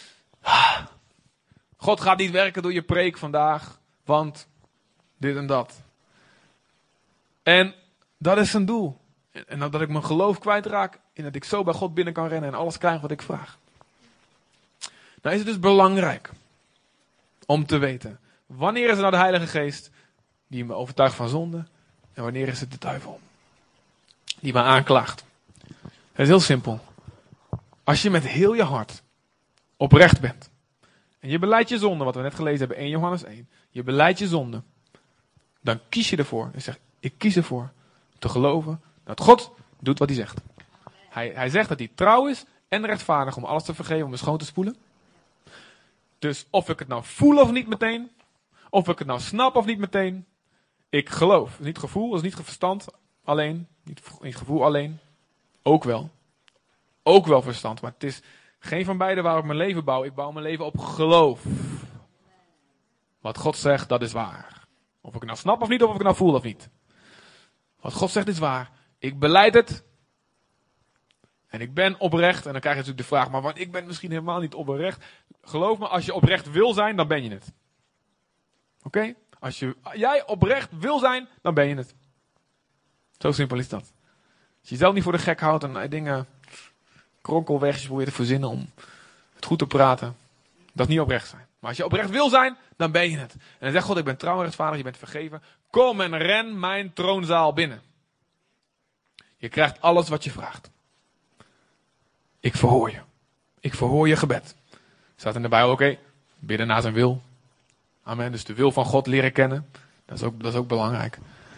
God gaat niet werken door je preek vandaag, want dit en dat. En dat is zijn doel. En dat ik mijn geloof kwijtraak en dat ik zo bij God binnen kan rennen en alles krijg wat ik vraag. Nou is het dus belangrijk om te weten, wanneer is er nou de Heilige Geest die me overtuigt van zonde en wanneer is het de duivel die me aanklaagt. Het is heel simpel. Als je met heel je hart oprecht bent en je beleidt je zonde, wat we net gelezen hebben, eerste Johannes één, je beleidt je zonde, dan kies je ervoor en zegt, ik kies ervoor te geloven dat God doet wat hij zegt. Hij, hij zegt dat hij trouw is en rechtvaardig om alles te vergeven, om me schoon te spoelen. Dus of ik het nou voel of niet meteen, of ik het nou snap of niet meteen, ik geloof. Dat is niet gevoel, dat is niet verstand alleen, niet, niet gevoel alleen, ook wel. Ook wel verstand, maar het is geen van beide waar ik mijn leven bouw. Ik bouw mijn leven op geloof. Wat God zegt, dat is waar. Of ik het nou snap of niet, of ik het nou voel of niet. Wat God zegt is waar. Ik belijd het. En ik ben oprecht. En dan krijg je natuurlijk de vraag, maar want ik ben misschien helemaal niet oprecht. Geloof me, als je oprecht wil zijn, dan ben je het. Oké? Okay? Als je, jij oprecht wil zijn, dan ben je het. Zo simpel is dat. Als je jezelf niet voor de gek houdt en dingen kronkelwegjes probeert te verzinnen om het goed te praten. Dat is niet oprecht zijn. Maar als je oprecht wil zijn, dan ben je het. En dan zegt God, ik ben trouw en rechtvaardig, je bent vergeven. Kom en ren mijn troonzaal binnen. Je krijgt alles wat je vraagt. Ik verhoor je. Ik verhoor je gebed. Staat in de Bijbel, oké, okay, bidden naar zijn wil. Amen. Dus de wil van God leren kennen. Dat is ook, dat is ook belangrijk.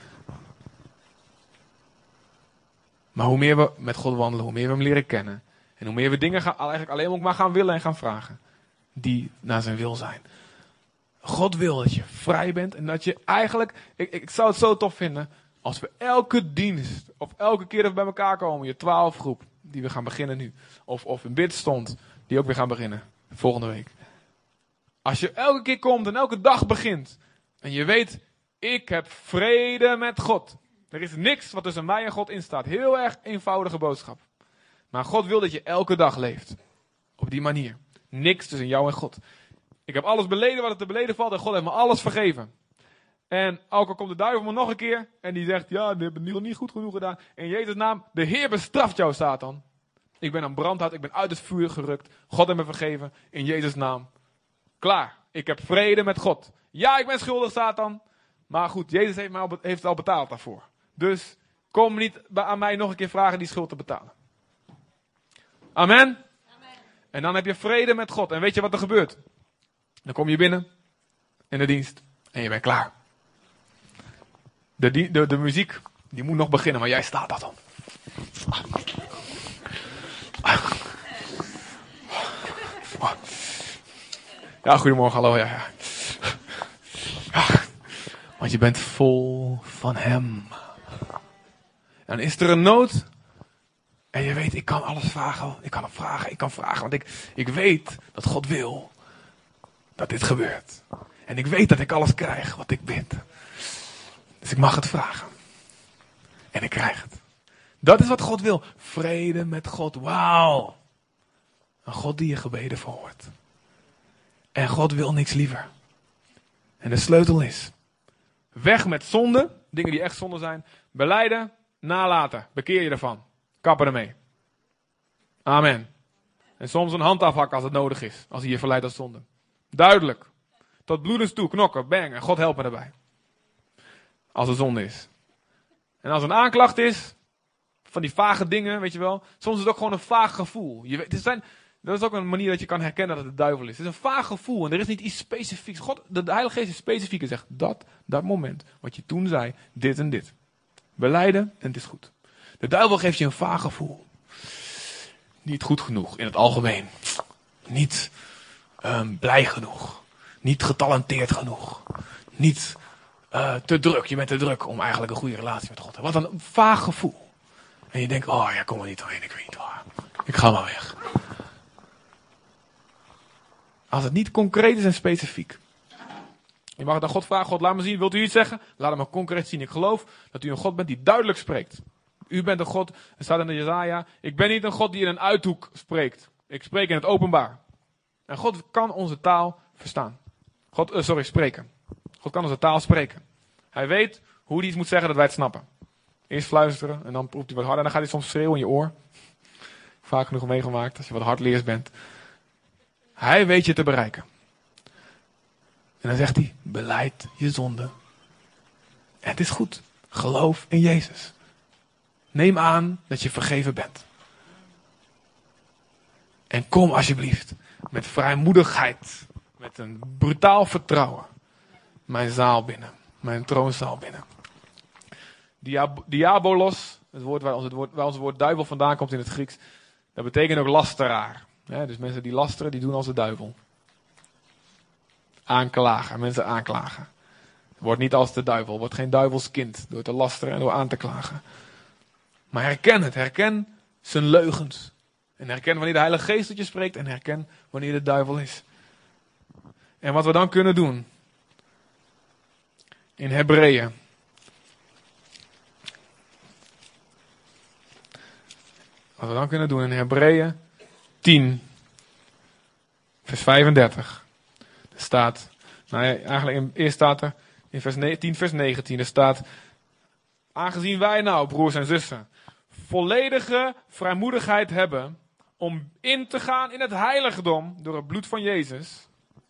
Maar hoe meer we met God wandelen, hoe meer we hem leren kennen. En hoe meer we dingen gaan, eigenlijk alleen ook maar gaan willen en gaan vragen. Die naar zijn wil zijn. God wil dat je vrij bent. En dat je eigenlijk, ik, ik zou het zo tof vinden. Als we elke dienst, of elke keer dat we bij elkaar komen. Je twaalf groep, die we gaan beginnen nu. Of, of een bidstond, die ook weer gaan beginnen. Volgende week. Als je elke keer komt en elke dag begint. En je weet, ik heb vrede met God. Er is niks wat tussen mij en God in staat. Heel erg eenvoudige boodschap. Maar God wil dat je elke dag leeft. Op die manier. Niks tussen jou en God. Ik heb alles beleden wat er te beleden valt. En God heeft me alles vergeven. En ook al komt de duivel me nog een keer. En die zegt, ja, je hebt het niet goed genoeg gedaan. In Jezus' naam, de Heer bestraft jou, Satan. Ik ben een brandhout. Ik ben uit het vuur gerukt. God heeft me vergeven. In Jezus' naam. Klaar. Ik heb vrede met God. Ja, ik ben schuldig, Satan. Maar goed, Jezus heeft, mij al, heeft al betaald daarvoor. Dus kom niet aan mij nog een keer vragen die schuld te betalen. Amen? Amen. En dan heb je vrede met God. En weet je wat er gebeurt? Dan kom je binnen in de dienst en je bent klaar. De, de, de, de muziek, die moet nog beginnen, maar jij staat dat dan. Ja, goedemorgen, hallo. Ja, ja. Ja, want je bent vol van hem. En is er een nood? En je weet, ik kan alles vragen. Ik kan hem vragen, ik kan vragen. Want ik, ik weet dat God wil dat dit gebeurt. En ik weet dat ik alles krijg wat ik bid. Dus ik mag het vragen. En ik krijg het. Dat is wat God wil. Vrede met God. Wauw. Een God die je gebeden verhoort. En God wil niks liever. En de sleutel is. Weg met zonde. Dingen die echt zonde zijn. Belijden. Nalaten. Bekeer je ervan. Kappen ermee. Amen. En soms een hand afhakken als het nodig is. Als hij je verleidt tot zonde. Duidelijk. Tot bloedens toe. Knokken. Bang. En God helpt me daarbij. Als het zonde is. En als een aanklacht is. Van die vage dingen. Weet je wel. Soms is het ook gewoon een vaag gevoel. Je weet, het zijn, dat is ook een manier dat je kan herkennen dat het de duivel is. Het is een vaag gevoel. En er is niet iets specifieks. God, de, de Heilige Geest is specifiek en zegt. Dat, dat moment. Wat je toen zei. Dit en dit. Belijden en het is goed. De duivel geeft je een vaag gevoel. Niet goed genoeg in het algemeen. Niet um, blij genoeg. Niet getalenteerd genoeg. Niet uh, te druk. Je bent te druk om eigenlijk een goede relatie met God te hebben. Wat een vaag gevoel. En je denkt, oh ja, kom er niet doorheen. Ik weet niet waar. Ik ga maar weg. Als het niet concreet is en specifiek. Je mag het aan God vragen. God, laat me zien. Wilt u iets zeggen? Laat het me concreet zien. Ik geloof dat u een God bent die duidelijk spreekt. U bent een God, er staat in de Jesaja, ik ben niet een God die in een uithoek spreekt. Ik spreek in het openbaar. En God kan onze taal verstaan. God, uh, sorry, spreken. God kan onze taal spreken. Hij weet hoe hij iets moet zeggen dat wij het snappen. Eerst fluisteren en dan proeft hij wat harder en dan gaat hij soms schreeuwen in je oor. Vaak genoeg meegemaakt als je wat hardleers bent. Hij weet je te bereiken. En dan zegt hij, belijd je zonde. En het is goed. Geloof in Jezus. Neem aan dat je vergeven bent. En kom alsjeblieft met vrijmoedigheid, met een brutaal vertrouwen, mijn zaal binnen, mijn troonzaal binnen. Diab- diabolos, het woord waar ons, het woord, waar ons woord duivel vandaan komt in het Grieks, dat betekent ook lasteraar. Ja, dus mensen die lasteren, die doen als de duivel. Aanklagen, mensen aanklagen. Wordt niet als de duivel, wordt geen duivelskind door te lasteren en door aan te klagen. Maar herken het, herken zijn leugens. En herken wanneer de Heilige Geest tot je spreekt en herken wanneer de duivel is. En wat we dan kunnen doen. In Hebreeën. Wat we dan kunnen doen in Hebreeën tien. Vers vijfendertig. Er staat, nou ja, eigenlijk in, eerst staat er in vers tien vers negentien. Er staat, aangezien wij nou, broers en zussen, volledige vrijmoedigheid hebben om in te gaan in het heiligdom door het bloed van Jezus.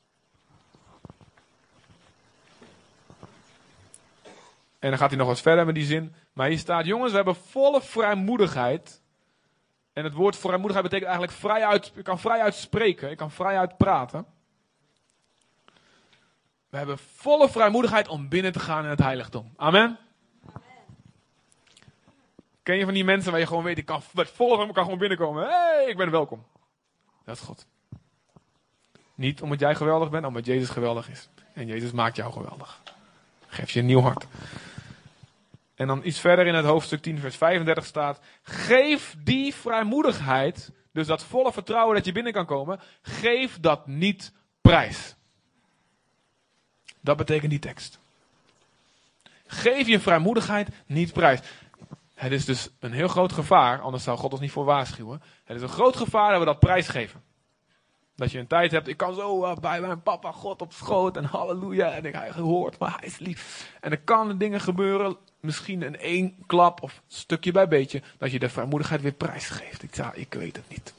En dan gaat hij nog wat verder met die zin. Maar hier staat, jongens, we hebben volle vrijmoedigheid. En het woord vrijmoedigheid betekent eigenlijk vrijuit, ik kan vrijuit spreken, ik kan vrijuit praten. We hebben volle vrijmoedigheid om binnen te gaan in het heiligdom. Amen. Ken je van die mensen waar je gewoon weet, ik kan met volle van kan gewoon binnenkomen. Hé, hey, ik ben welkom. Dat is God. Niet omdat jij geweldig bent, maar omdat Jezus geweldig is. En Jezus maakt jou geweldig. Geef je een nieuw hart. En dan iets verder in het hoofdstuk tien vers vijfendertig staat, geef die vrijmoedigheid, dus dat volle vertrouwen dat je binnen kan komen, geef dat niet prijs. Dat betekent die tekst. Geef je vrijmoedigheid niet prijs. Het is dus een heel groot gevaar, anders zou God ons niet voor waarschuwen. Het is een groot gevaar dat we dat prijsgeven. Dat je een tijd hebt, ik kan zo uh, bij mijn papa God op schoot en halleluja. En ik, hij hoort, maar hij is lief. En er kan dingen gebeuren, misschien in één klap of stukje bij beetje, dat je de vrijmoedigheid weer prijsgeeft. Ik, ja, ik weet het niet.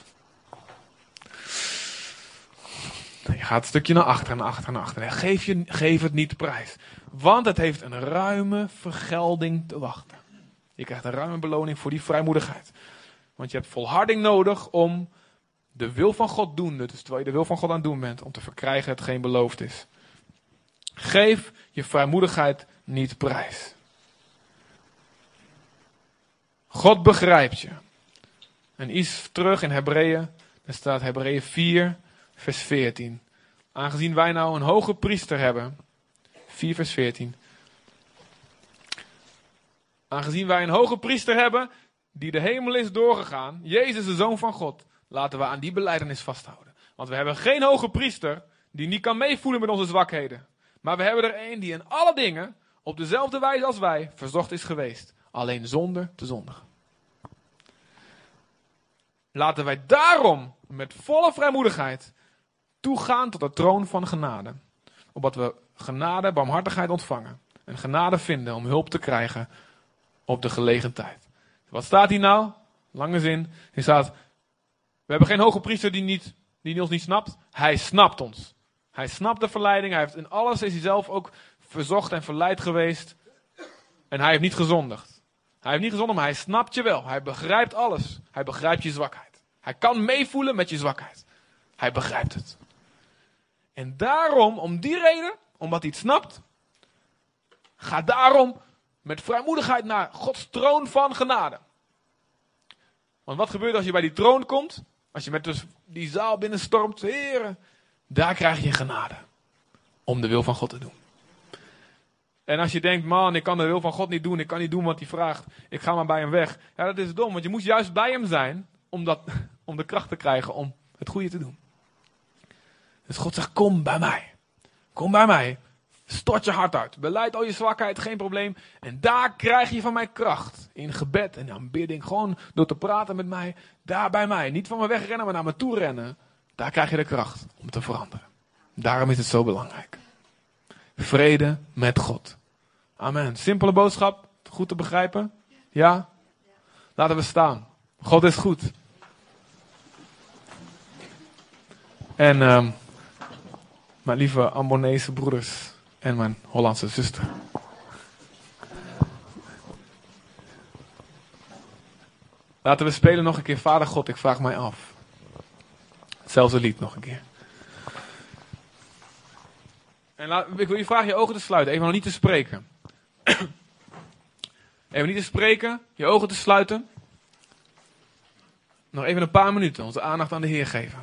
Je gaat een stukje naar achter, naar achter, naar achter. En geef, je, geef het niet prijs. Want het heeft een ruime vergelding te wachten. Je krijgt een ruime beloning voor die vrijmoedigheid. Want je hebt volharding nodig om de wil van God doende, dus terwijl je de wil van God aan het doen bent, om te verkrijgen hetgeen beloofd is. Geef je vrijmoedigheid niet prijs. God begrijpt je. En iets terug in Hebreeën, daar staat Hebreeën vier, vers veertien. Aangezien wij nou een hoge priester hebben, vier vers veertien. Aangezien wij een hoge priester hebben, die de hemel is doorgegaan, Jezus de Zoon van God, laten we aan die belijdenis vasthouden. Want we hebben geen hoge priester die niet kan meevoelen met onze zwakheden. Maar we hebben er één die in alle dingen, op dezelfde wijze als wij, verzocht is geweest. Alleen zonder te zondigen. Laten wij daarom met volle vrijmoedigheid toegaan tot de troon van genade. Opdat we genade, barmhartigheid ontvangen. En genade vinden om hulp te krijgen op de gelegen tijd. Wat staat hier nou? Lange zin. Hier staat, we hebben geen hoge priester die, niet, die ons niet snapt. Hij snapt ons. Hij snapt de verleiding. Hij heeft in alles is hij zelf ook verzocht en verleid geweest. En hij heeft niet gezondigd. Hij heeft niet gezondigd, maar hij snapt je wel. Hij begrijpt alles. Hij begrijpt je zwakheid. Hij kan meevoelen met je zwakheid. Hij begrijpt het. En daarom, om die reden, omdat hij het snapt, ga daarom met vrijmoedigheid naar Gods troon van genade. Want wat gebeurt als je bij die troon komt? Als je met dus die zaal binnenstormt, heren, daar krijg je genade. Om de wil van God te doen. En als je denkt, man, ik kan de wil van God niet doen, ik kan niet doen wat hij vraagt, ik ga maar bij hem weg. Ja, dat is dom, want je moet juist bij hem zijn, om, dat, om de kracht te krijgen om het goede te doen. Dus God zegt, kom bij mij. Kom bij mij. Stort je hart uit. Belijd al je zwakheid, geen probleem. En daar krijg je van mij kracht. In gebed en aanbidding. Gewoon door te praten met mij. Daar bij mij. Niet van me wegrennen, maar naar me toe rennen. Daar krijg je de kracht om te veranderen. Daarom is het zo belangrijk. Vrede met God. Amen. Simpele boodschap. Goed te begrijpen? Ja? Laten we staan. God is goed. En uh, mijn lieve Ambonese broeders en mijn Hollandse zuster. Laten we spelen nog een keer Vader God, ik vraag mij af. Hetzelfde lied nog een keer. En laat, ik wil je vragen je ogen te sluiten, even nog niet te spreken. Even niet te spreken, je ogen te sluiten. Nog even een paar minuten, onze aandacht aan de Heer geven.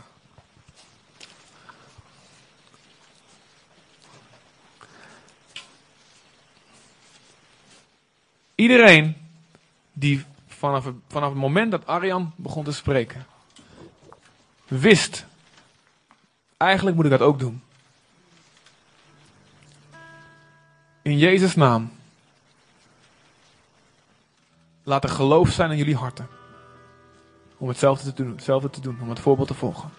Iedereen die vanaf het, vanaf het moment dat Arjan begon te spreken, wist, eigenlijk moet ik dat ook doen. In Jezus' naam. Laat er geloof zijn in jullie harten. Om hetzelfde te doen, hetzelfde te doen, om het voorbeeld te volgen.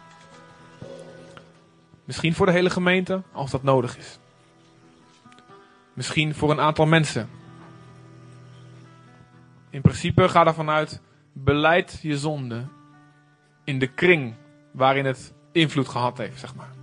Misschien voor de hele gemeente, als dat nodig is. Misschien voor een aantal mensen. In principe ga ervan uit, belijd je zonde in de kring waarin het invloed gehad heeft, zeg maar.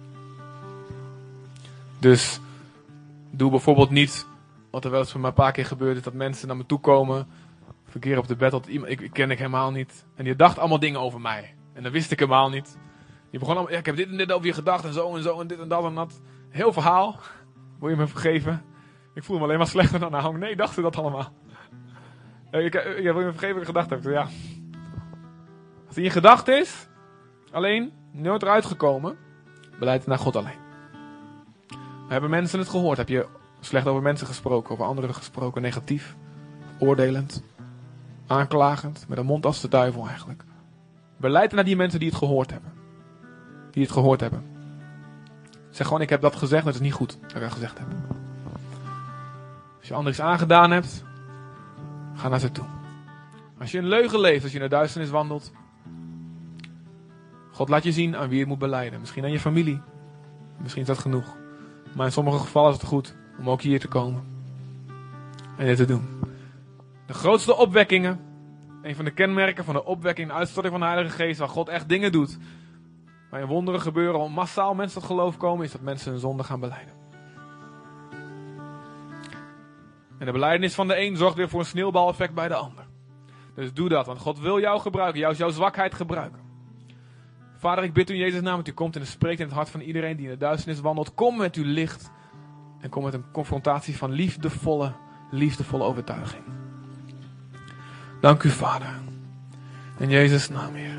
Dus doe bijvoorbeeld niet, wat er wel eens voor mij een paar keer gebeurd is, dat mensen naar me toe komen, of een keer op de bed, dat iemand, ik, ik ken ik helemaal niet. En die dacht allemaal dingen over mij. En dat wist ik helemaal niet. Die begon allemaal, ja, ik heb dit en dit over je gedacht en zo en zo en dit en dat en dat. Heel verhaal. Wil je me vergeven? Ik voel me alleen maar slechter dan nou. Nee, dachten dat allemaal. Ik, ik, ik wil je me vergeven wat ik gedacht heb. Ja. Als het in je gedacht is, alleen, nooit eruit gekomen, beleid het naar God alleen. Hebben mensen het gehoord? Heb je slecht over mensen gesproken, over anderen gesproken, negatief, oordelend, aanklagend, met een mond als de duivel eigenlijk? Beleid het naar die mensen die het gehoord hebben. Die het gehoord hebben. Zeg gewoon, ik heb dat gezegd, dat is niet goed dat ik dat gezegd heb. Als je anderen iets aangedaan hebt, ga naar ze toe. Als je een leugen leeft, als je in de duisternis wandelt, God laat je zien aan wie je moet belijden. Misschien aan je familie. Misschien is dat genoeg. Maar in sommige gevallen is het goed om ook hier te komen. En dit te doen. De grootste opwekkingen, een van de kenmerken van de opwekking, de uitstorting van de Heilige Geest, waar God echt dingen doet, waar wonderen gebeuren, om massaal mensen tot geloof komen, is dat mensen hun zonde gaan belijden. En de belijdenis van de een zorgt weer voor een sneeuwbaleffect bij de ander. Dus doe dat, want God wil jou gebruiken, jou, jouw zwakheid gebruiken. Vader, ik bid u in Jezus' naam dat u komt en spreekt in het hart van iedereen die in de duisternis wandelt. Kom met uw licht en kom met een confrontatie van liefdevolle, liefdevolle overtuiging. Dank u, Vader. In Jezus' naam, Heer.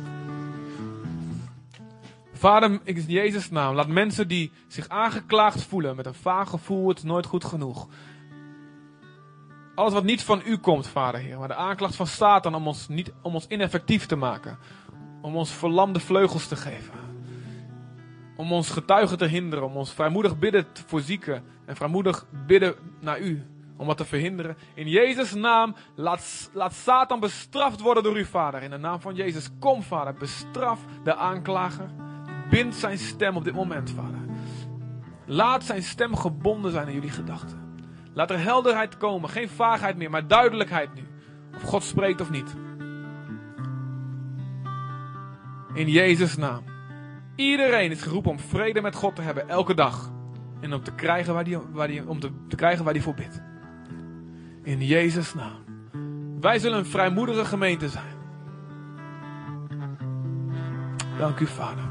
Vader, in Jezus' naam, laat mensen die zich aangeklaagd voelen met een vaag gevoel, het is nooit goed genoeg. Alles wat niet van u komt, Vader, Heer, maar de aanklacht van Satan om ons, niet, om ons ineffectief te maken. Om ons verlamde vleugels te geven. om ons getuigen te hinderen, om ons vrijmoedig bidden voor zieken en vrijmoedig bidden naar u, om dat te verhinderen. In Jezus' naam, laat, laat Satan bestraft worden door u, Vader. In de naam van Jezus, kom, Vader, bestraf de aanklager. Bind zijn stem op dit moment, Vader. Laat zijn stem gebonden zijn in jullie gedachten. Laat er helderheid komen, geen vaagheid meer, maar duidelijkheid nu. Of God spreekt of niet. In Jezus' naam. Iedereen is geroepen om vrede met God te hebben, elke dag. En om te krijgen waar die, waar die, om te, te krijgen waar die voor bidt. In Jezus' naam. Wij zullen een vrijmoedige gemeente zijn. Dank u, Vader.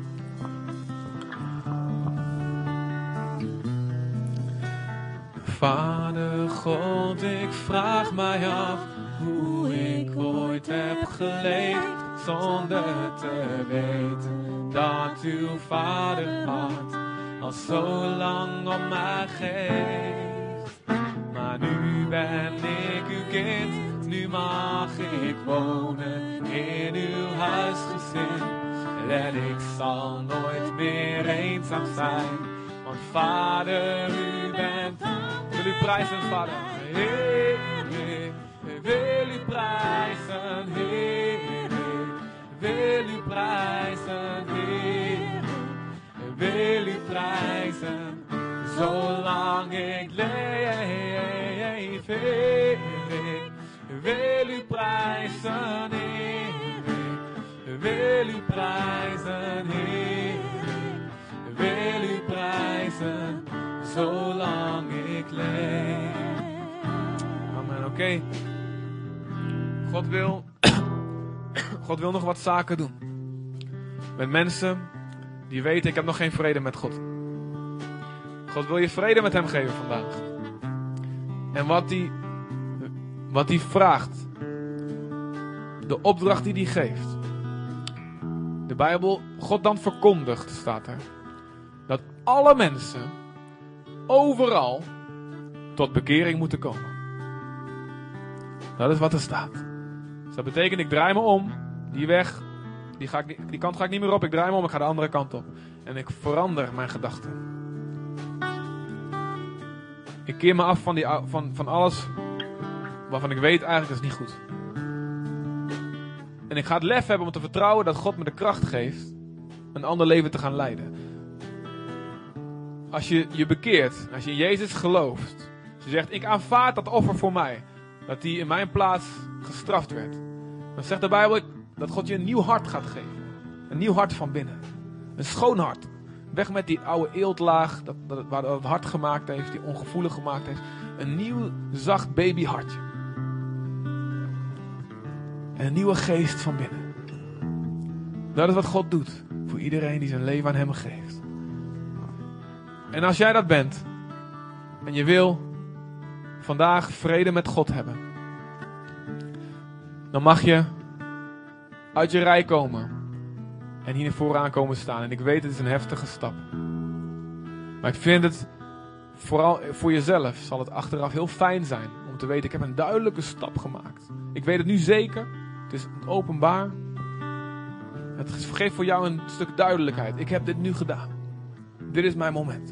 Vader God, ik vraag mij af hoe ik ooit heb geleefd zonder te weten dat uw vaderhart al zo lang om mij geeft. Maar nu ben ik uw kind, nu mag ik wonen in uw huisgezin. En ik zal nooit meer eenzaam zijn, want Vader, u bent. Ik wil u prijzen, Vader. Heer, Heer, ik wil u prijzen, Heer, Heer. Ik wil u prijzen, Heer. Ik wil u prijzen, zolang ik leef, Heer. Ik wil u prijzen, Heer. Ik wil u prijzen, Heer. Ik wil u prijzen, zolang ik leef. Amen, oké. Okay. God wil, God wil nog wat zaken doen. Met mensen die weten, ik heb nog geen vrede met God. God wil je vrede met hem geven vandaag. En wat hij, wat hij vraagt, de opdracht die hij geeft. De Bijbel, God dan verkondigt, staat er, dat alle mensen overal tot bekering moeten komen. Dat is wat er staat. Dus dat betekent, ik draai me om, die weg, die, ga ik, die kant ga ik niet meer op, ik draai me om, ik ga de andere kant op. En ik verander mijn gedachten. Ik keer me af van, die, van, van alles waarvan ik weet eigenlijk is niet goed. En ik ga het lef hebben om te vertrouwen dat God me de kracht geeft een ander leven te gaan leiden. Als je je bekeert, als je in Jezus gelooft, als je zegt, ik aanvaard dat offer voor mij, dat die in mijn plaats gestraft werd, dan zegt de Bijbel dat God je een nieuw hart gaat geven. Een nieuw hart van binnen. Een schoon hart. Weg met die oude eeltlaag, dat, dat, waar het hart gemaakt heeft, die ongevoelig gemaakt heeft. Een nieuw, zacht babyhartje. En een nieuwe geest van binnen. Dat is wat God doet voor iedereen die zijn leven aan hem geeft. En als jij dat bent, en je wil vandaag vrede met God hebben, dan mag je uit je rij komen en hier vooraan komen staan. En ik weet, het is een heftige stap. Maar ik vind het, vooral voor jezelf, zal het achteraf heel fijn zijn om te weten, ik heb een duidelijke stap gemaakt. Ik weet het nu zeker, het is openbaar. Het geeft voor jou een stuk duidelijkheid. Ik heb dit nu gedaan. Dit is mijn moment.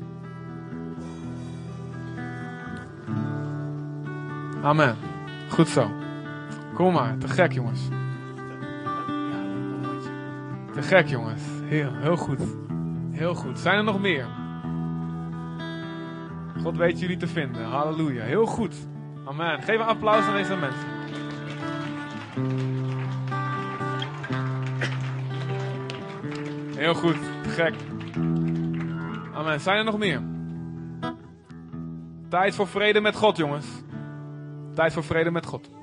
Amen. Goed zo. Kom maar. Te gek, jongens. Te gek, jongens. Heel, heel goed. Heel goed. Zijn er nog meer? God weet jullie te vinden. Halleluja. Heel goed. Amen. Geef een applaus aan deze mensen. Heel goed. Te gek. Amen. Zijn er nog meer? Tijd voor vrede met God, jongens. Tijd voor vrede met God.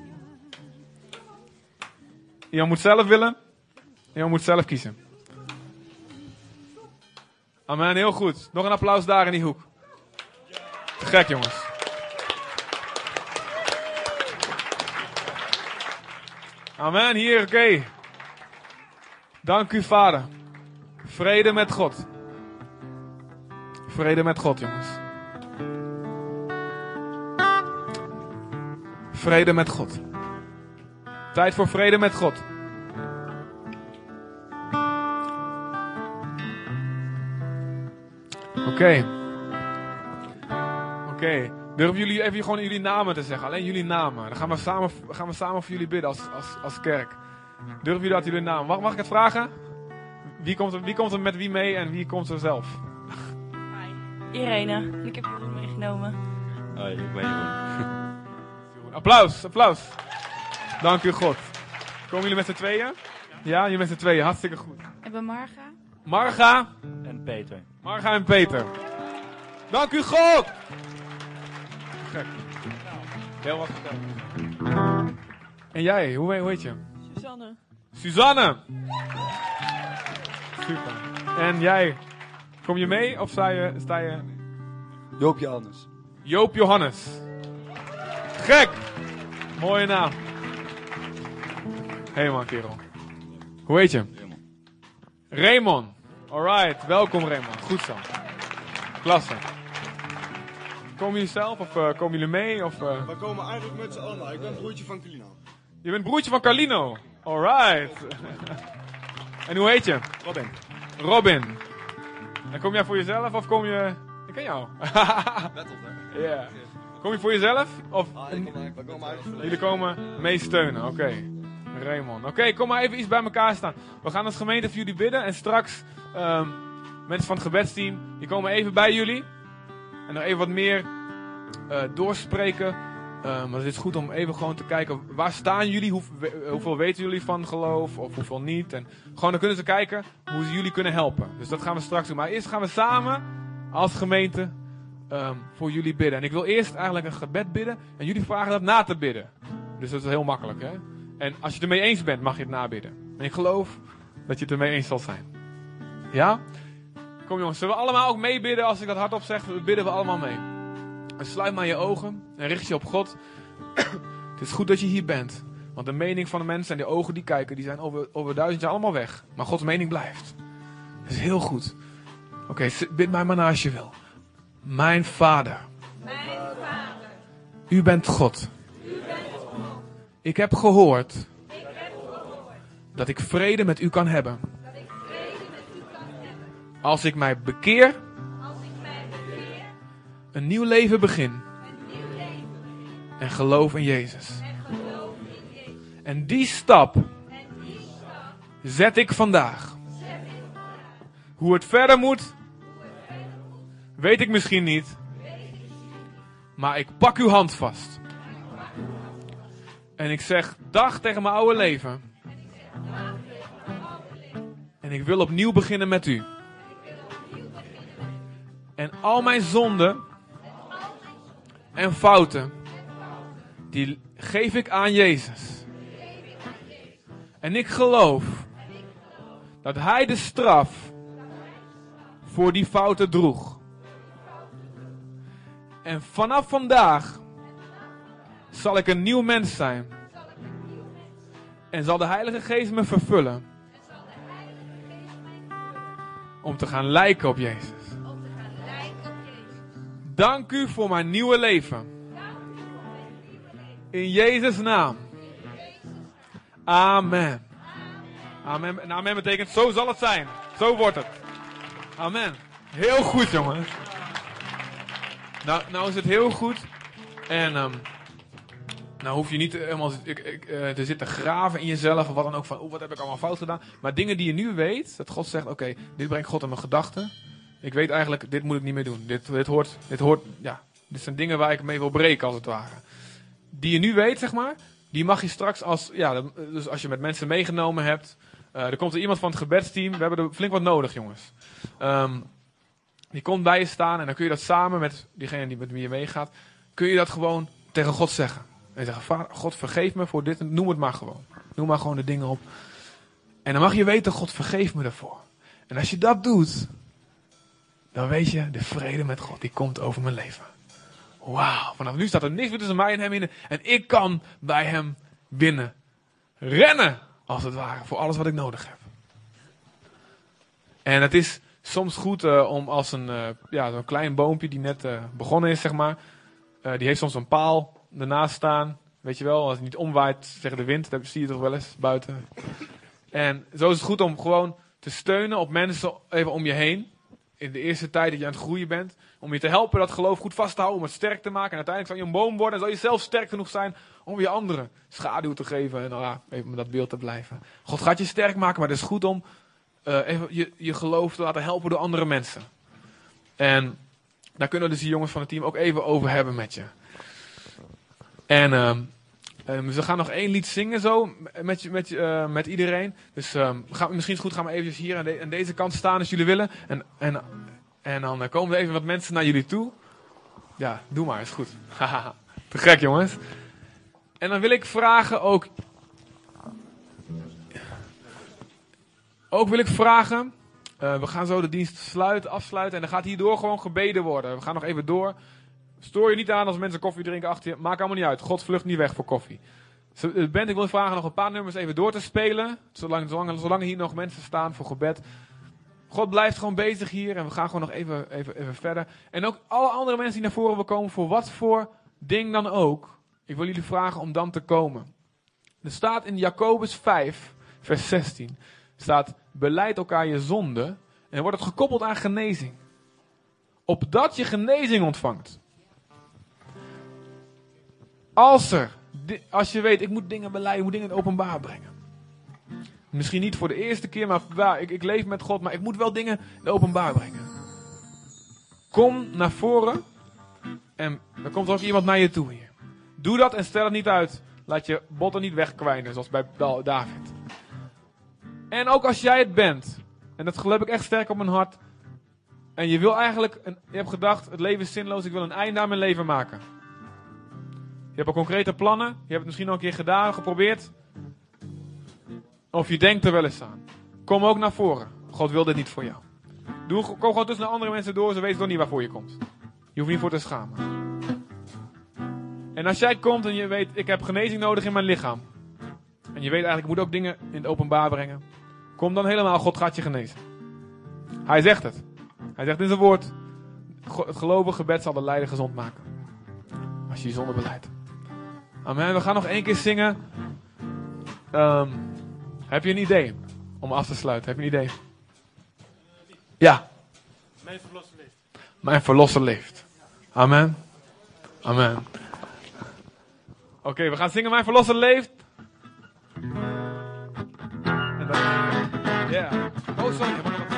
Iemand moet zelf willen. Iemand moet zelf kiezen. Amen, heel goed. Nog een applaus daar in die hoek. Te gek, jongens. Amen, hier, oké. Okay. Dank u, Vader. Vrede met God. Vrede met God, jongens. Vrede met God. Tijd voor vrede met God. Oké. Oké. Durven jullie even gewoon jullie namen te zeggen? Alleen jullie namen. Dan gaan we samen, gaan we samen voor jullie bidden als, als, als kerk. Durven jullie dat jullie namen? Mag, mag ik het vragen? Wie komt, er, wie komt er met wie mee en wie komt er zelf? Hi. Irene. Ik heb jullie meegenomen. Hoi, ik ben Jeroen. Applaus, applaus. Dank u God. Komen jullie met z'n tweeën? Ja, jullie met z'n tweeën. Hartstikke goed. Ik ben Marga. Marga. En Peter. Marga en Peter. Dank u God. Gek. Heel wat verteld. En jij, hoe, hoe heet je? Suzanne. Suzanne. Super. En jij, kom je mee of sta je... Sta je... Joop Johannes. Joop Johannes. Gek. Mooie naam. Hé man, kerel. Hoe heet je? Raymond. Raymond. Alright, welkom Raymond. Goed zo. Klasse. Komen jullie zelf of uh, komen jullie mee? Of, uh... We komen eigenlijk met z'n allen. Ik ben broertje van Carlino. Je bent broertje van Carlino. Alright. En hoe heet je? Robin. Robin. En kom jij voor jezelf of kom je... Ik ken jou. Battle, hè? Ja. Kom je voor jezelf? Of Ah, ik kom, we komen eigenlijk voor jullie komen mee steunen? Oké. Okay. Raymond. Oké, okay, kom maar even iets bij elkaar staan. We gaan als gemeente voor jullie bidden. En straks, um, mensen van het gebedsteam, die komen even bij jullie. En nog even wat meer uh, doorspreken. Um, maar het is goed om even gewoon te kijken, waar staan jullie? Hoe, hoeveel weten jullie van geloof? Of hoeveel niet? En gewoon dan kunnen ze kijken hoe ze jullie kunnen helpen. Dus dat gaan we straks doen. Maar eerst gaan we samen als gemeente um, voor jullie bidden. En ik wil eerst eigenlijk een gebed bidden. En jullie vragen dat na te bidden. Dus dat is heel makkelijk, hè? En als je het ermee eens bent, mag je het nabidden. En ik geloof dat je het ermee eens zal zijn. Ja? Kom jongens, zullen we allemaal ook meebidden als ik dat hardop zeg? Dan bidden we allemaal mee. En sluit maar je ogen en richt je op God. Het is goed dat je hier bent. Want de mening van de mensen en de ogen die kijken, die zijn over, over duizend jaar allemaal weg. Maar Gods mening blijft. Dat is heel goed. Oké, okay, bid mij maar naar als je wil. Mijn Vader. Mijn Vader. U bent God. Ik heb gehoord, Ik heb gehoord dat ik vrede met u kan hebben. dat ik vrede met u kan hebben. Als ik mij bekeer, Als ik mij bekeer, een nieuw leven begin een nieuw leven begin en geloof in Jezus. en geloof in Jezus. En die stap En die stap zet ik vandaag. zet ik vandaag. Hoe het verder moet, weet ik misschien niet. Maar ik pak uw hand vast. En ik zeg dag tegen mijn oude leven. En ik wil opnieuw beginnen met u. En al mijn zonden en fouten, die geef ik aan Jezus. En ik geloof dat Hij de straf voor die fouten droeg. En vanaf vandaag zal ik een nieuw mens zijn. En zal de Heilige Geest me vervullen. Om te gaan lijken op Jezus. Dank u voor mijn nieuwe leven. In Jezus' naam. Amen. Amen. En amen betekent zo zal het zijn. Zo wordt het. Amen. Heel goed jongens. Nou, nou is het heel goed. En um, nou hoef je niet helemaal ik, ik, uh, te zitten graven in jezelf. Of wat dan ook van, oh, wat heb ik allemaal fout gedaan. Maar dingen die je nu weet. Dat God zegt, oké, okay, dit brengt God in mijn gedachten. Ik weet eigenlijk, dit moet ik niet meer doen. Dit, dit hoort, dit hoort, ja. Dit zijn dingen waar ik mee wil breken als het ware. Die je nu weet, zeg maar. Die mag je straks als, ja, dus als je met mensen meegenomen hebt. Uh, er komt er iemand van het gebedsteam. We hebben er flink wat nodig, jongens. Um, die komt bij je staan en dan kun je dat samen met diegene die met wie je meegaat. Kun je dat gewoon tegen God zeggen. En zeggen, Vader, God vergeef me voor dit. Noem het maar gewoon. Noem maar gewoon de dingen op. En dan mag je weten, God vergeef me daarvoor. En als je dat doet, dan weet je, de vrede met God, die komt over mijn leven. Wauw, vanaf nu staat er niks meer tussen mij en hem in. En ik kan bij hem binnen rennen, als het ware, voor alles wat ik nodig heb. En het is soms goed uh, om als een, uh, ja, zo'n klein boompje die net uh, begonnen is, zeg maar. Uh, die heeft soms een paal ernaast staan. Weet je wel, als het niet omwaait tegen de wind, dat zie je toch wel eens buiten. En zo is het goed om gewoon te steunen op mensen even om je heen. in de eerste tijd dat je aan het groeien bent. Om je te helpen dat geloof goed vast te houden. Om het sterk te maken. En uiteindelijk zal je een boom worden. En zal je zelf sterk genoeg zijn om je anderen schaduw te geven. En nou ja, even met dat beeld te blijven. God gaat je sterk maken. Maar het is goed om uh, even je, je geloof te laten helpen door andere mensen. En daar kunnen we dus die jongens van het team ook even over hebben met je. En um, um, we gaan nog één lied zingen zo met, met, uh, met iedereen. Dus um, gaan, misschien is het goed, gaan we eventjes hier aan, de, aan deze kant staan als jullie willen. En, en, en dan uh, komen er even wat mensen naar jullie toe. Ja, doe maar, is goed. Haha, te gek jongens. En dan wil ik vragen ook... Ook wil ik vragen... Uh, we gaan zo de dienst sluiten, afsluiten. En dan gaat hierdoor gewoon gebeden worden. We gaan nog even door. Stoor je niet aan als mensen koffie drinken achter je. Maakt allemaal niet uit. God vlucht niet weg voor koffie. De band, ik wil vragen nog een paar nummers even door te spelen. Zolang, zolang, zolang hier nog mensen staan voor gebed. God blijft gewoon bezig hier. En we gaan gewoon nog even, even, even verder. En ook alle andere mensen die naar voren willen komen. Voor wat voor ding dan ook. Ik wil jullie vragen om dan te komen. Er staat in Jacobus vijf, vers zestien. Staat, belijd elkaar je zonde. En dan wordt het gekoppeld aan genezing. Opdat je genezing ontvangt. Als er, als je weet, ik moet dingen belijden, ik moet dingen in het openbaar brengen. Misschien niet voor de eerste keer, maar ja, ik, ik leef met God, maar ik moet wel dingen in het openbaar brengen. Kom naar voren en dan komt er ook iemand naar je toe hier. Doe dat en stel het niet uit. Laat je botten niet wegkwijnen, zoals bij David. En ook als jij het bent, en dat geloof ik echt sterk op mijn hart, en je wil eigenlijk, een, je hebt gedacht, het leven is zinloos, ik wil een einde aan mijn leven maken. Je hebt al concrete plannen, je hebt het misschien al een keer gedaan, geprobeerd. Of je denkt er wel eens aan. Kom ook naar voren. God wil dit niet voor jou. Doe, kom gewoon tussen de andere mensen door, ze weten toch niet waarvoor je komt. Je hoeft niet voor te schamen. En als jij komt en je weet, ik heb genezing nodig in mijn lichaam. En je weet eigenlijk, ik moet ook dingen in het openbaar brengen. Kom dan helemaal, God gaat je genezen. Hij zegt het. Hij zegt in zijn woord, het gelovige gebed zal de lijder gezond maken. Als je je zonde beleidt. Amen. We gaan nog één keer zingen. Um, heb je een idee om af te sluiten? Heb je een idee? Ja. Mijn verlosser leeft. Mijn verlosser leeft. Amen. Amen. Oké, okay, we gaan zingen Mijn verlosser leeft. En dan... Ja. Oh, sorry.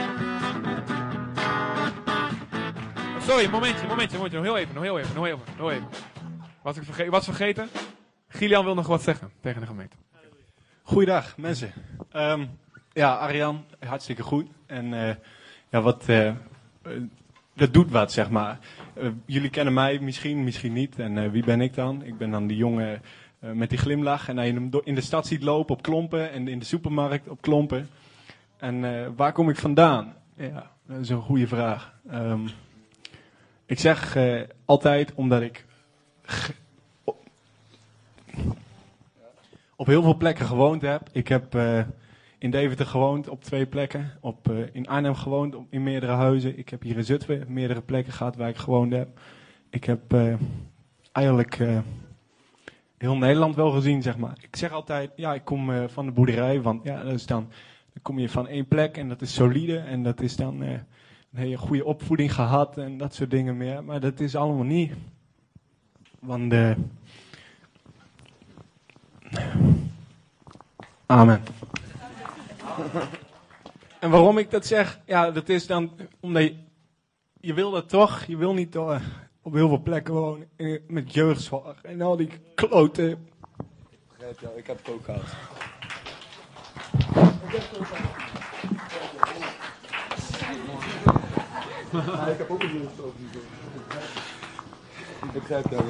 Oh, sorry, momentje, momentje, momentje. Nog heel even, nog heel even, nog heel even. Nog even. Was ik verge- was vergeten? Gilian wil nog wat zeggen tegen de gemeente. Goeiedag mensen. Um, ja, Arjan, hartstikke goed. En uh, ja, wat, uh, uh, dat doet wat, zeg maar. Uh, jullie kennen mij misschien, misschien niet. En uh, wie ben ik dan? Ik ben dan die jongen uh, met die glimlach. En als je hem in de stad ziet lopen op klompen en in de supermarkt op klompen. En uh, waar kom ik vandaan? Ja, dat is een goede vraag. Um, ik zeg uh, altijd omdat ik... G- op heel veel plekken gewoond heb. Ik heb uh, in Deventer gewoond op twee plekken. Op, uh, in Arnhem gewoond op, in meerdere huizen. Ik heb hier in Zutphen meerdere plekken gehad waar ik gewoond heb. Ik heb uh, eigenlijk uh, heel Nederland wel gezien, zeg maar. Ik zeg altijd, ja, ik kom uh, van de boerderij. Want ja, dat is dan, dan kom je van één plek en dat is solide. En dat is dan uh, een hele goede opvoeding gehad en dat soort dingen meer. Maar dat is allemaal niet. Want... Uh, Amen. En waarom ik dat zeg? Ja, dat is dan omdat je, je wil dat toch. Je wil niet uh, op heel veel plekken wonen uh, met jeugdzorg en al die kloten. Ik begrijp jou, ik heb het ook gehad. Ik heb het ook gehad. Ja, ik heb ook een jeugdzorg. Ik begrijp jou.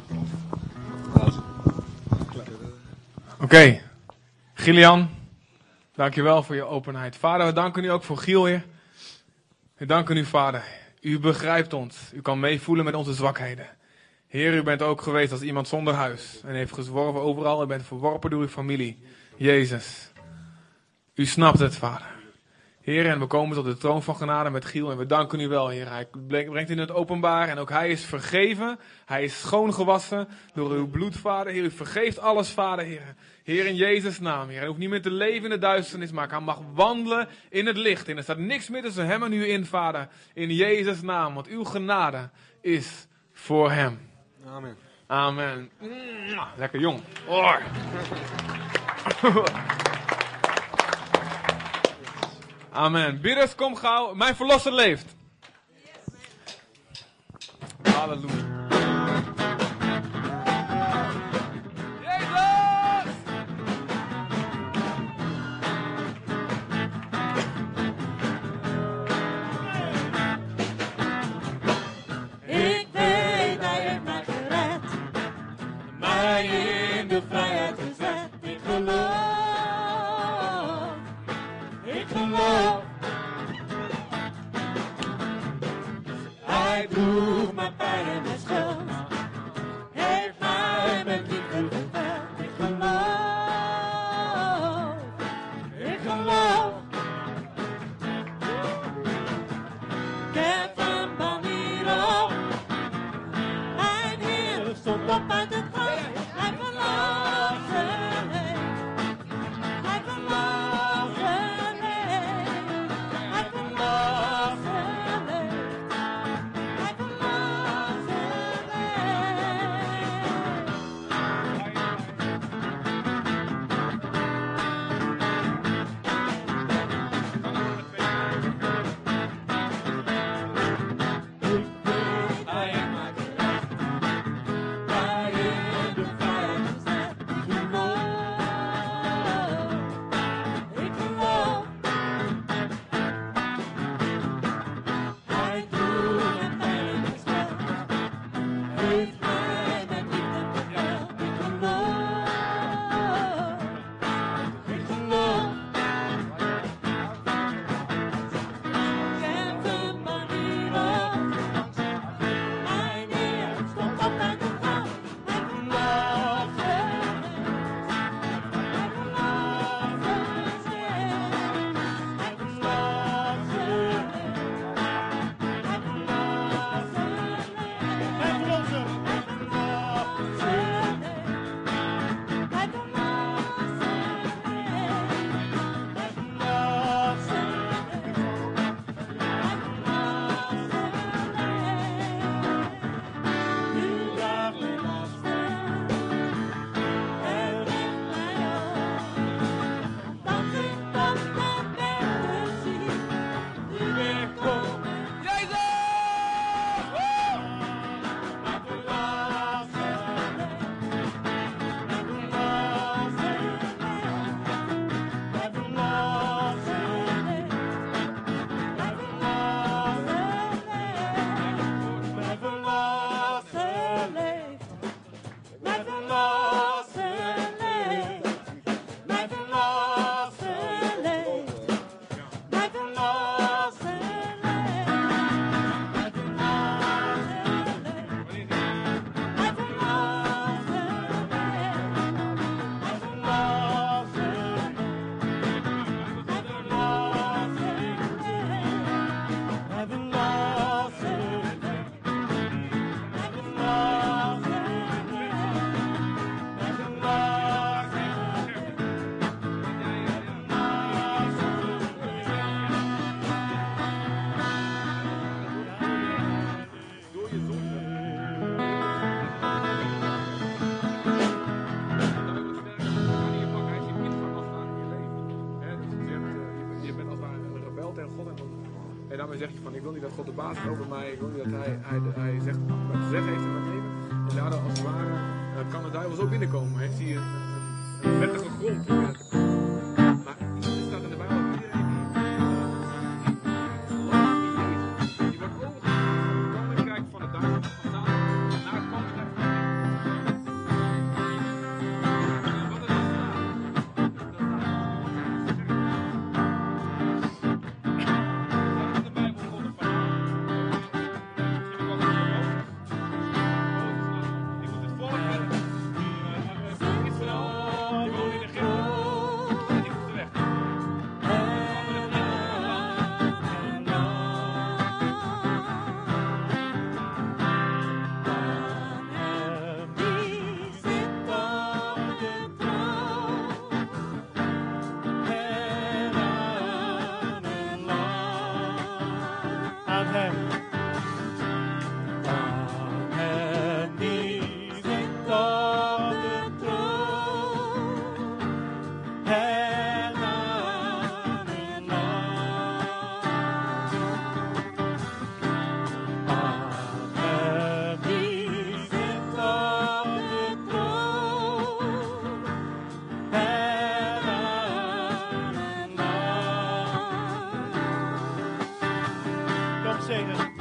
Oké, okay. Gilian, dankjewel voor je openheid. Vader, we danken u ook voor Giel, Heer. We danken u, Vader. U begrijpt ons. U kan meevoelen met onze zwakheden. Heer, u bent ook geweest als iemand zonder huis en heeft gezworven overal. U bent verworpen door uw familie. Jezus, u snapt het, Vader. Heer, en we komen tot de troon van genade met Giel en we danken u wel, Heer. Hij brengt in het openbaar en ook hij is vergeven. Hij is schoongewassen door uw bloed, Vader. Heer, u vergeeft alles, Vader, Heer. Heer, in Jezus' naam, Heer. Hij hoeft niet meer te leven in de duisternis, maar hij mag wandelen in het licht. En er staat niks meer tussen hem en u in, Vader. In Jezus' naam, want uw genade is voor hem. Amen. Amen. Lekker jong. Oh. Amen. Bidders, kom gauw. Mijn verlosser leeft. Halleluja. Jezus! Ik weet, hij heeft mij gered, mij in de vrijheid gezet. Ik geloof, ik geloof. Hij droeg mijn pijn en mijn schuld, heeft mij met liefde gevuld. Ik geloof, ik geloof. Ik heb een banier op, mijn Heer stond op uit het graf. Hij verlossen heeft, hij verlossen heeft, hij verlossen heeft, hij verlossen hij heeft mij gered, mij in de vrijheid gezet. Ik geloof, ik geloof. Hij droeg mijn pijn en mijn schuld, heeft mij met liefde gevuld. Ik geloof, ik geloof. Ik heb een manier op, mijn Heer stond op uit het graf. Hij verlossen heeft, hij verlossen heeft, hij verlossen heeft, hij verlossen heeft, hij verlossen, hij verlossen heeft, hij verlossen heeft. U draagt mijn lasten en legt mij op, dat ik tot mijn beste zie, u weer komen. Jezus! Woe! Mijn verlossen leeft, mijn verlossen leeft, mijn verlossen leeft, mijn verlossen leeft, mijn verlossen leeft, mijn verlossen leeft, mijn verlossen leeft, mijn verlossen leeft, mijn Je bent als het ware een rebel tegen God en, dan, en daarmee zeg je van ik wil niet dat God de baas is over mij, ik wil niet dat hij, hij, hij zegt wat te zeggen heeft in mijn leven. En daardoor als het ware uh, kan de duivel zo binnenkomen. Heeft hij een, een, een wettige grond om binnen te komen. Maar er staat in de Bijbel dat iedereen die uh, gelooft in Jezus, die wordt overgegaan van het koninkrijk van de duivel van Satan naar het koninkrijk van God. En wat er dan staat, dat staat in de Bijbel God de Vader. Misschien ook wel een Mozes. Ik moet dit volk redden. Israël, die woont in Egypte. Amen. Amen, die zit op de troon. En amen, amen, die zit op de troon. En amen, kom zingen.